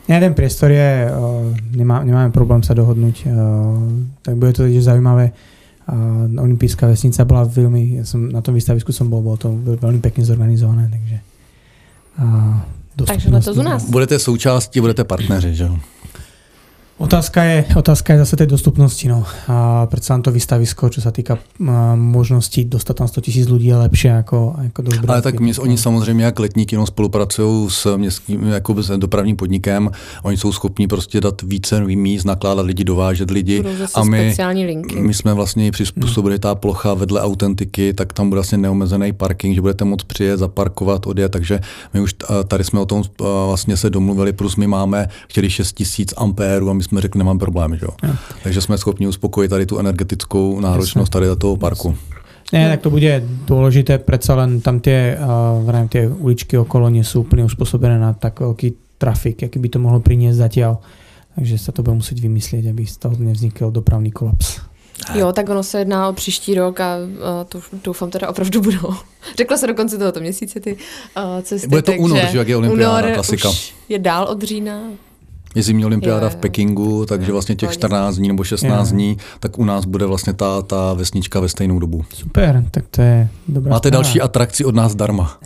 Ne, ten priestor je, nemá, nemáme problém sa dohodnúť, tak bude to tiež zaujímavé. Olympijská vesnica bola veľmi, ja som na tom výstavisku som bol, bolo to veľmi pekne zorganizované, takže takže letos u nás. Budete součástí, budete partneři, že jo? Otázka je, otázka je zase tej dostupnosti. No. A predsa to výstavisko, čo sa týka možností dostat tam sto tisíc lidí, je lepší jako, jako do zbrojovky. Ale tak měst, oni samozřejmě jak letní kino spolupracují s městským jako s dopravním podnikem. Oni jsou schopni prostě dát více míst, nakládat lidi, dovážet lidi. A my, speciální linky. my jsme vlastně přizpůsobili ta plocha vedle Autentiky, tak tam bude vlastně neomezený parking, že budete moct přijet, zaparkovat, odjet. Takže my už tady jsme o tom vlastně se domluvili, plus my máme chtěli šest tisíc ampérů a my jsme řekli, nemám problém, že jo. Ja. Takže jsme schopni uspokojit tady tu energetickou náročnost tady do toho parku. Ne, tak to bude dôležité, predsa len tam tie, uh, tie uličky okolo nie sú úplne uspôsobené na tak veľký trafik, aký by to mohlo priniesť zatiaľ. Takže sa to bude musieť vymyslieť, aby z toho nevznikl dopravný kolaps. Jo, tak ono se jedná o příští rok a uh, to doufám teda opravdu budou. Řekla se do konce tohoto měsíce ty uh, cesty. Bude to únor, že jak je olympiáda, klasika. Už je dál od října. Je zimní olympiáda v Pekingu, takže vlastně těch čtrnáct dní nebo šestnáct je. dní, tak u nás bude vlastně ta, ta vesnička ve stejnou dobu. Super, tak to je dobrá Máte správa. další atrakci od nás zdarma.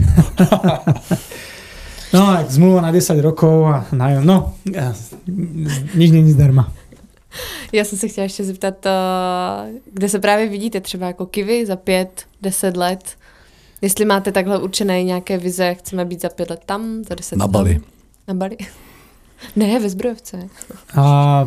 No, tak zmluva na desať rokov a nájom, no, nič není zdarma. Já jsem se chtěla ještě zeptat, kde se právě vidíte třeba jako Kiwi za pět, deset let? Jestli máte takhle určené nějaké vize, chceme být za pět let tam, za deset Na tam? Bali. Na Bali. Ne, ve Zbrojovce. A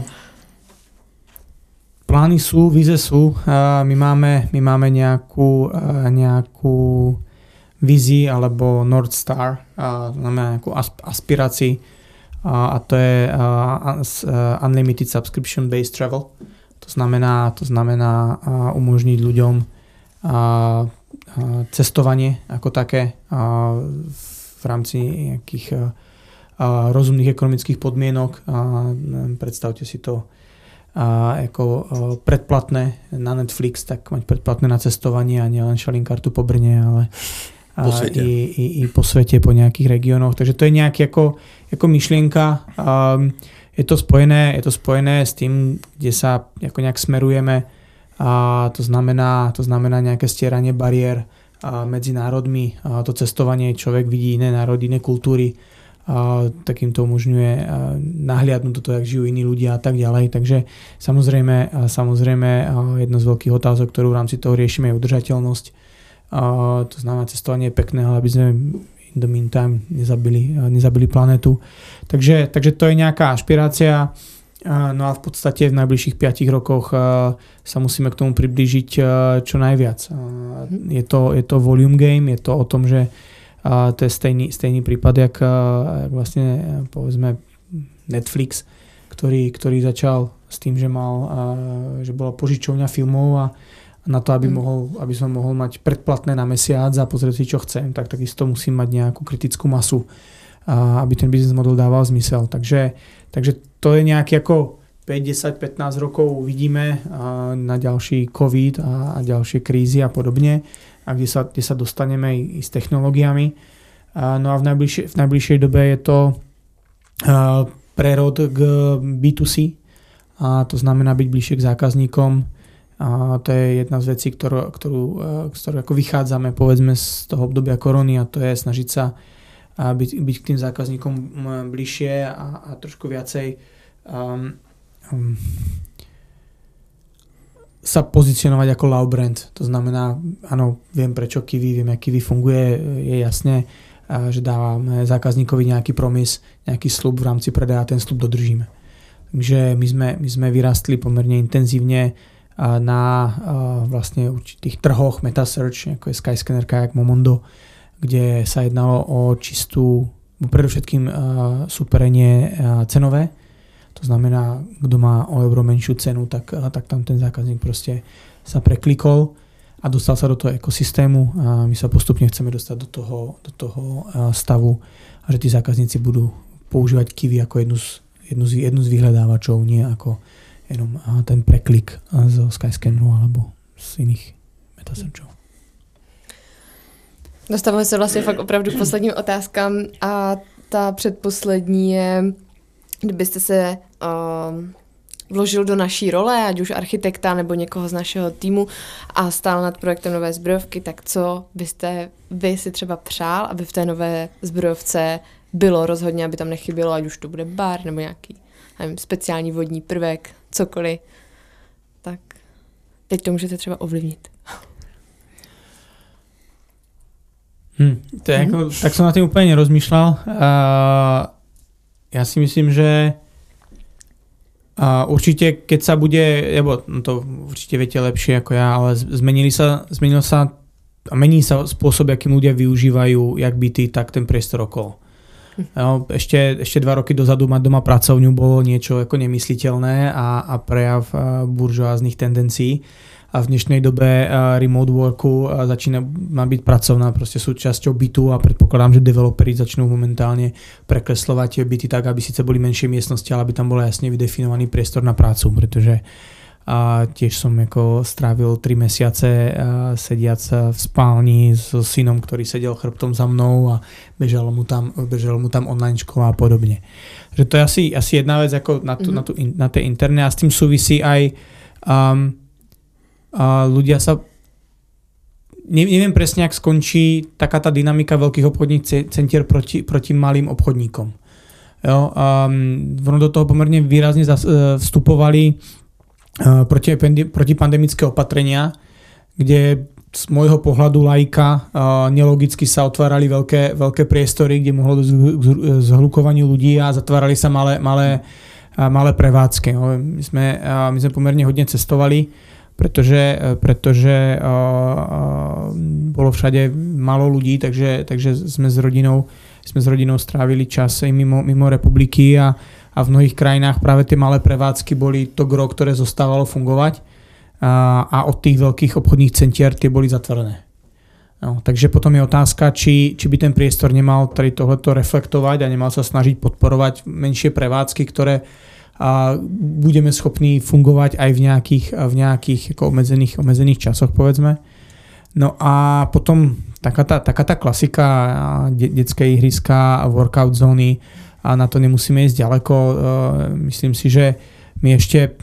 plány sú, vize sú. A my máme, my máme nejakú, nejakú vizi alebo North Star, a znamená nejakú aspirácii a, a to je uh, Unlimited Subscription Based Travel. To znamená, to znamená uh, umožniť ľuďom uh, uh, cestovanie ako také uh, v rámci nejakých uh, a rozumných ekonomických podmienok. A predstavte si to a ako predplatné na Netflix, tak mať predplatné na cestovanie a nielen šalinkartu po Brne, ale po svete. I, i, i po svete, po nejakých regiónoch. Takže to je nejaký ako, ako myšlienka. Um, je to spojené, je to spojené s tým, kde sa ako nejak smerujeme. A to znamená, to znamená nejaké stieranie bariér a medzi národmi. A to cestovanie, človek vidí iné národy, iné kultúry. A takým to umožňuje nahliadnúť do toho, jak žijú iní ľudia a tak ďalej. Takže samozrejme, samozrejme jedno z veľkých otázok, ktorú v rámci toho riešime, je udržateľnosť. A to znamená, cestovanie je pekné, ale aby sme in the meantime nezabili, nezabili planetu. Takže, takže to je nejaká ašpirácia. No a v podstate v najbližších piatich rokoch sa musíme k tomu priblížiť čo najviac. Je to, je to volume game, je to o tom, že a to je stejný, stejný prípad, jak, jak vlastne povedzme Netflix, ktorý, ktorý začal s tým, že mal, že bola požičovňa filmov a na to, aby, mm. mohol, aby som mohol mať predplatné na mesiac a pozrieť si, čo chcem, tak takisto musím mať nejakú kritickú masu, aby ten business model dával zmysel. Takže, takže to je nejaký ako päť, desať, pätnásť rokov uvidíme na ďalší COVID a, a ďalšie krízy a podobne, a kde sa, kde sa dostaneme i, i s technológiami. No a v najbližšej, v najbližšej dobe je to prerod k bé dva cé, a to znamená byť bližšie k zákazníkom. A to je jedna z vecí, ktorú, ktorú, z ktorú ako vychádzame povedzme z toho obdobia korony, a to je snažiť sa byť, byť k tým zákazníkom bližšie a, a trošku viacej um, um, sa pozicionovať ako love brand. To znamená, áno, viem prečo Kiwi, viem, jak Kiwi funguje, je jasné, že dávame zákazníkovi nejaký promis, nejaký slub v rámci predaja a ten slub dodržíme. Takže my sme, my sme vyrastli pomerne intenzívne na vlastne určitých trhoch MetaSearch, ako je Skyscanner, Kayak, Momondo, kde sa jednalo o čistú, predovšetkým superenie cenové. To znamená, kto má o euro menšiu cenu, tak, tak tam ten zákazník proste sa preklikol a dostal sa do toho ekosystému, a my sa postupne chceme dostať do toho, do toho stavu, a že tí zákazníci budú používať Kiwi ako jednu z, jednu z, jednu z vyhľadávačov, nie ako jenom ten preklik zo Skyscanneru alebo z iných metasearchov. Dostáváme se vlastně fakt opravdu k posledním otázkám a ta předposlední je, kdybyste se uh, vložil do naší role, ať už architekta nebo někoho z našeho týmu a stál nad projektem nové zbrojovky, tak co byste vy si třeba přál, aby v té nové zbrojovce bylo rozhodně, aby tam nechybělo, ať už to bude bar nebo nějaký nevím, speciální vodní prvek, cokoliv. Tak teď to můžete třeba ovlivnit. Hmm, to je jako, tak som na tým úplne nerozmýšľal. Uh, ja si myslím, že uh, určite, keď sa bude, lebo no to určite viete lepšie ako ja, ale zmenili sa, zmenil sa a mení sa spôsob, akým ľudia využívajú jak byty, tak ten priestor okolo. No, ešte, ešte dva roky dozadu mať doma pracovňu bolo niečo ako nemysliteľné a, a prejav uh, buržoáznych tendencií. A v dnešnej dobe uh, remote worku uh, začína má byť pracovná proste súčasťou bytu a predpokladám, že developeri začnú momentálne prekreslovať byty tak, aby síce boli menšie miestnosti, ale aby tam bol jasne vydefinovaný priestor na prácu, pretože uh, tiež som ako strávil tri mesiace uh, sediac v spálni so synom, ktorý sedel chrbtom za mnou a bežalo mu tam, bežalo mu tam online škola a podobne. Že to je asi, asi jedna vec ako na, tu, mm-hmm. na, tu, na tej interné a s tým súvisí aj um, a ľudia sa neviem presne, ak skončí taká tá dynamika veľkých obchodných centier proti, proti malým obchodníkom. Jo, um, do toho pomerne výrazne vstupovali uh, proti, proti pandemické opatrenia, kde z môjho pohľadu laika uh, nelogicky sa otvárali veľké, veľké priestory, kde mohlo dosť k zhlukovaniu ľudí a zatvárali sa malé, malé, uh, malé prevádzky. No, my, sme, uh, my sme pomerne hodne cestovali, pretože, pretože uh, uh, bolo všade málo ľudí, takže, takže sme s rodinou, sme s rodinou strávili čas aj mimo, mimo republiky a, a v mnohých krajinách práve tie malé prevádzky boli to gro, ktoré zostávalo fungovať a, a od tých veľkých obchodných centier tie boli zatvorené. No, takže potom je otázka, či, či by ten priestor nemal tady tohleto reflektovať a nemal sa snažiť podporovať menšie prevádzky, ktoré a budeme schopní fungovať aj v nejakých, v nejakých ako obmedzených, obmedzených časoch, povedzme. No a potom taká tá, taká tá klasika, de, detské ihriska, workout zóny a na to nemusíme ísť ďaleko. Myslím si, že my ešte,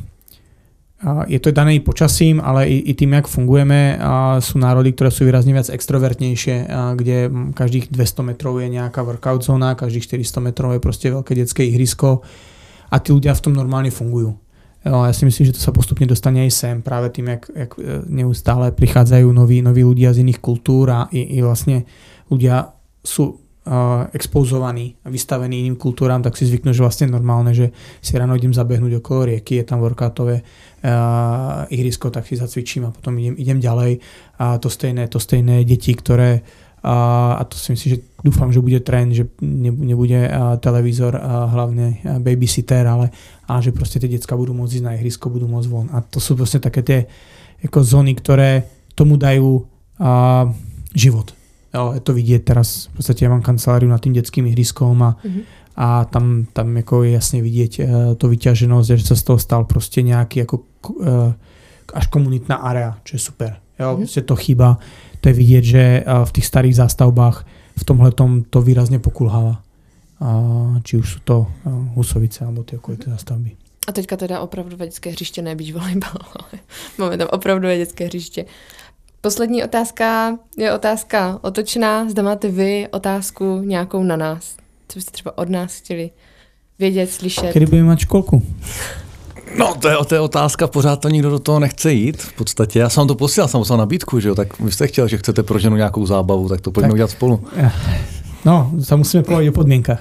je to dané počasím, ale i, i tým, jak fungujeme, sú národy, ktoré sú výrazne viac extrovertnejšie, kde každých dvesto metrov je nejaká workout zóna, každých štyristo metrov je proste veľké detské ihrisko. A tí ľudia v tom normálne fungujú. Ja si myslím, že to sa postupne dostane aj sem, práve tým, jak, jak neustále prichádzajú noví, noví ľudia z iných kultúr a i, i vlastne ľudia sú uh, expozovaní a vystavení iným kultúram, tak si zvyknú, že vlastne normálne, že si ráno idem zabehnúť okolo rieky, je tam workoutové uh, ihrisko, tak si zacvičím a potom idem, idem ďalej. A to stejné, to stejné deti, ktoré a to si myslím, že dúfam, že bude trend, že nebude televízor hlavne babysitter, ale a že proste tie decká budú môcť ísť na ihrisko, budú môcť von. A to sú proste také tie ako zóny, ktoré tomu dajú a, život. Jo, je to vidieť teraz, v podstate ja mám kanceláriu nad tým detským ihriskom a, mm-hmm. a tam, tam ako je jasne vidieť uh, to vyťaženosť, že sa z toho stal proste nejaký ako uh, až komunitná area, čo je super. Jo, mm-hmm. to chýba. To je vidieť, že v tých starých zástavbách v tomhletom to výrazne pokulháva. Či už sú to Husovice alebo tie okolité zástavby. A teďka teda opravdové dětské hřiště, ne beach volejbal, ale máme tam opravdové dětské hřiště. Poslední otázka je otázka otočná. Zda máte vy otázku nějakou na nás? Co byste třeba od nás chtěli vědět, slyšet? Kdy budeme mať školku? No, to je, to je otázka, pořád to nikdo do toho nechce jít. V podstatě já jsem vám to posílal, jsem poslal nabídku, že jo, tak vy jste chtěl, že chcete pro ženu nějakou zábavu, tak to pojďme tak udělat spolu. No, sa musíme povedať o podmienkach.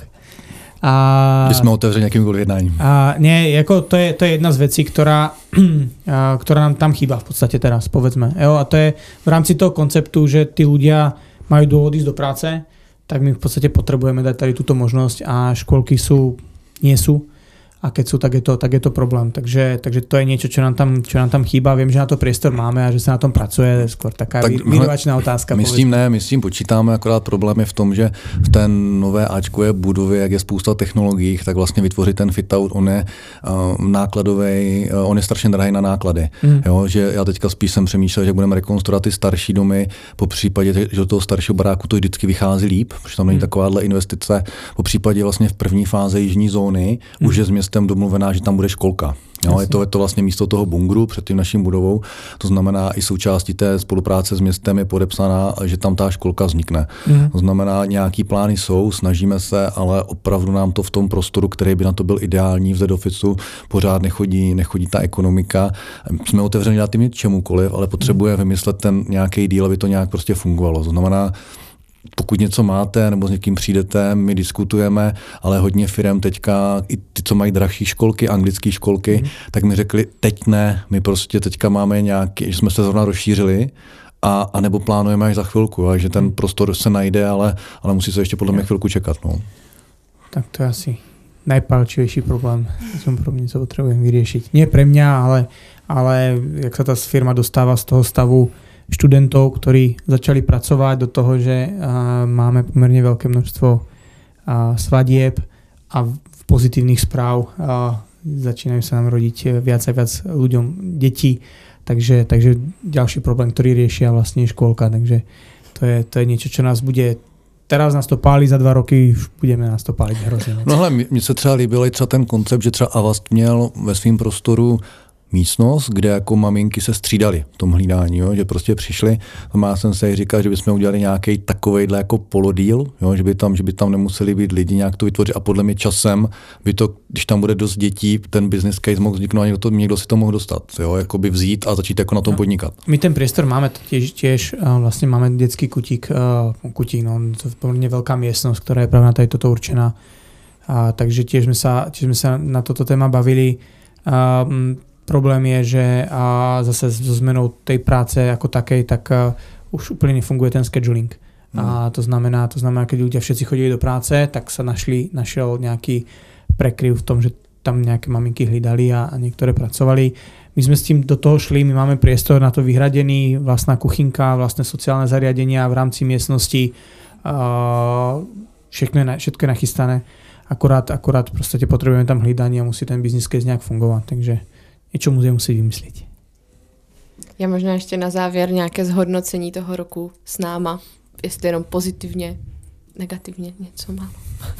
A, My jsme otevřeli nějakým jednáním. A nie, jako to je, to je jedna z vecí, ktorá, a, ktorá nám tam chýba v podstate teraz, povedzme. Jo, a to je v rámci toho konceptu, že tí ľudia majú dôvod ísť do práce, tak my v podstate potrebujeme dať tady túto možnosť a školky sú, nie sú. a keď sú, tak je to, tak je to problém. Takže, takže to je niečo, čo nám, tam, čo nám tam chýba. Viem, že na to priestor máme a že sa na tom pracuje. Skôr taká tak výrovačná otázka. My s tím ne, my s tím počítáme, akorát problém je v tom, že v té nové áčkové budově, jak je spousta technologií, tak vlastně vytvořit ten fit-out, on je uh, nákladový, uh, on je strašně drahý na náklady. Mm. Jo, že já teďka spíš jsem přemýšlel, že budeme rekonstruovat ty starší domy, po případě, že do toho staršího baráku to vždycky vychází líp, protože tam není mm. takováhle investice. Po případě vlastně v první fázi jižní zóny mm. už je s městem domluvená, že tam bude školka. Jo, je, to, je to vlastně místo toho bungru před tím naším budovou, to znamená i součástí té spolupráce s městem je podepsaná, že tam ta školka vznikne. Mm. To znamená, nějaký plány jsou, snažíme se, ale opravdu nám to v tom prostoru, který by na to byl ideální v Z-Officeu, pořád nechodí, nechodí ta ekonomika. Jsme otevřeni dát tím čemukoliv, ale potřebuje vymyslet ten nějaký díl, aby to nějak prostě fungovalo. To znamená, pokud něco máte nebo s někým přijdete, my diskutujeme, ale hodně firem teďka, i ty, co mají drahší školky, anglické školky, mm. tak mi řekli, teď ne, my prostě teďka máme nějaký, že jsme se zrovna rozšířili, a, a nebo plánujeme až za chvilku, a že ten prostor se najde, ale, ale musí se ještě podle mě chvilku čekat. No. Tak to je asi najpálčivejší problém, som pro mňa, co potrebujem vyriešiť. Nie pre mňa, ale, ale jak sa tá firma dostáva z toho stavu študentov, ktorí začali pracovať do toho, že uh, máme pomerne veľké množstvo uh, svadieb a pozitívnych správ. Uh, začínajú sa nám rodiť viac a viac ľuďom detí, takže, takže ďalší problém, ktorý riešia vlastne škôlka. Takže to je, to je niečo, čo nás bude teraz nás to pálí, za dva roky už budeme nás to pálit hrozně. No hele, mně se třeba líbil třeba ten koncept, že třeba Avast měl ve svém prostoru místnost, kde jako maminky se střídali v tom hlídání, jo? Že prostě přišli, má jsem se říkal, že bychom udělali nějaký takovejhle jako polodíl, jo? Že by tam, že by tam nemuseli být lidi, nějak to vytvořit a podle mě časem by to, když tam bude dost dětí, ten business case mohl vzniknout a někdo, někdo si to mohl dostat, jo? Jako by vzít a začít jako na tom podnikat. My ten priestor máme tiež, tiež vlastně máme detský kutík, uh, kutík, no, to je pomerne veľká miestnosť, ktorá je práve na toto určená. Uh, takže tiež sme sa, tiež sme sa na toto téma bavili. Uh, Problém je, že a zase so zmenou tej práce ako takej, tak uh, už úplne nefunguje ten scheduling. Mm. A to znamená, to znamená, keď ľudia všetci chodili do práce, tak sa našli, našiel nejaký prekryv v tom, že tam nejaké maminky hlídali a, a niektoré pracovali. My sme s tým do toho šli, my máme priestor na to vyhradený, vlastná kuchynka, vlastné sociálne zariadenia v rámci miestnosti, uh, všetko je, všetko je nachystané. Akurát, akurát proste potrebujeme tam hlídanie a musí ten business case nejak fungovať. Takže niečo musím musí vymyslet. Já možná ještě na závěr nějaké zhodnocení toho roku s náma, jestli jenom pozitivně, negativně, něco málo.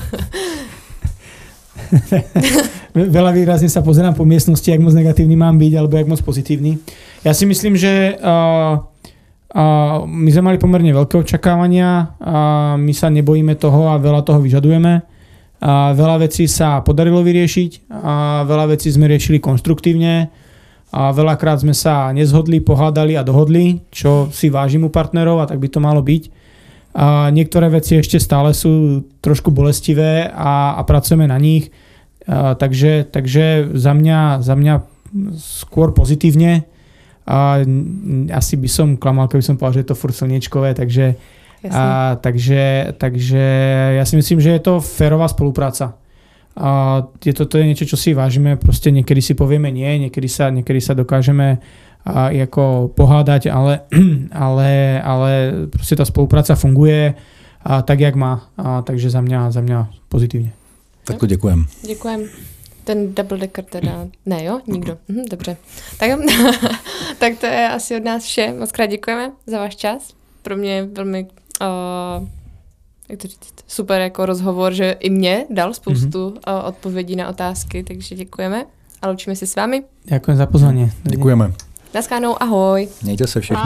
Veľa výrazne sa pozerám po miestnosti, jak moc negatívny mám byť, alebo jak moc pozitívny. Ja si myslím, že uh, uh, my sme mali pomerne veľké očakávania, uh, my sa nebojíme toho a veľa toho vyžadujeme. A veľa vecí sa podarilo vyriešiť a veľa vecí sme riešili konštruktívne a veľakrát sme sa nezhodli, pohádali a dohodli, čo si vážim u partnerov a tak by to malo byť. A niektoré veci ešte stále sú trošku bolestivé a, a pracujeme na nich. A takže, takže za mňa, za mňa skôr pozitívne. A asi by som klamal, keby som povedal, že je to furt slniečkové, takže A, takže, takže ja si myslím, že je to férová spolupráca. A je to, to je niečo, čo si vážime, proste niekedy si povieme nie, niekedy sa, niekedy sa dokážeme a, jako pohádať, ale, ale, ale proste tá spolupráca funguje a, tak, jak má. A, takže za mňa, za mňa pozitívne. Tak to děkujem. Děkujem. Ten double decker teda, ne jo, nikdo, mhm, dobře. Tak, tak to je asi od nás vše, moc krát děkujeme za váš čas. Pro mě je velmi Uh, jak to říct, super jako rozhovor, že i mě dal spoustu mm-hmm. uh, odpovědí na otázky, takže děkujeme a loučíme se s vámi. Děkujeme za pozvání. Děkujeme. Naschledanou, ahoj. Mějte se všichni.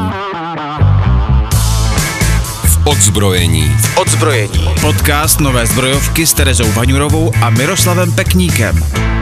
V odzbrojení. V odzbrojení. Podcast Nové zbrojovky s Terezou Vaňurovou a Miroslavem Pekníkem.